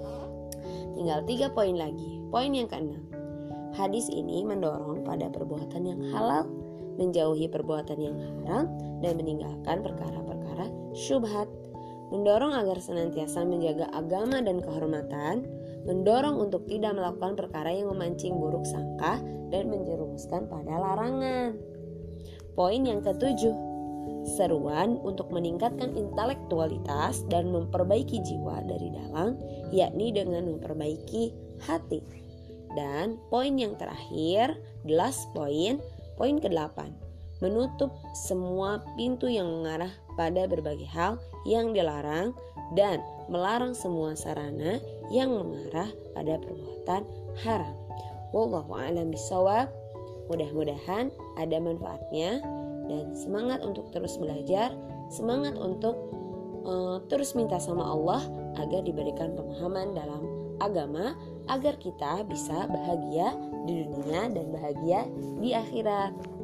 Tinggal tiga poin lagi. Poin yang keenam, hadis ini mendorong pada perbuatan yang halal, menjauhi perbuatan yang haram, dan meninggalkan perkara-perkara syubhat. Mendorong agar senantiasa menjaga agama dan kehormatan, mendorong untuk tidak melakukan perkara yang memancing buruk sangka dan menjerumuskan pada larangan. Poin yang ketujuh, seruan untuk meningkatkan intelektualitas dan memperbaiki jiwa dari dalam, yakni dengan memperbaiki hati. Dan poin yang terakhir, the last point, poin kedelapan, menutup semua pintu yang mengarah pada berbagai hal yang dilarang dan melarang semua sarana yang mengarah pada perbuatan haram. Wallahu a'lam bishawab. Mudah-mudahan ada manfaatnya dan semangat untuk terus belajar, semangat untuk uh, terus minta sama Allah agar diberikan pemahaman dalam agama agar kita bisa bahagia di dunia dan bahagia di akhirat.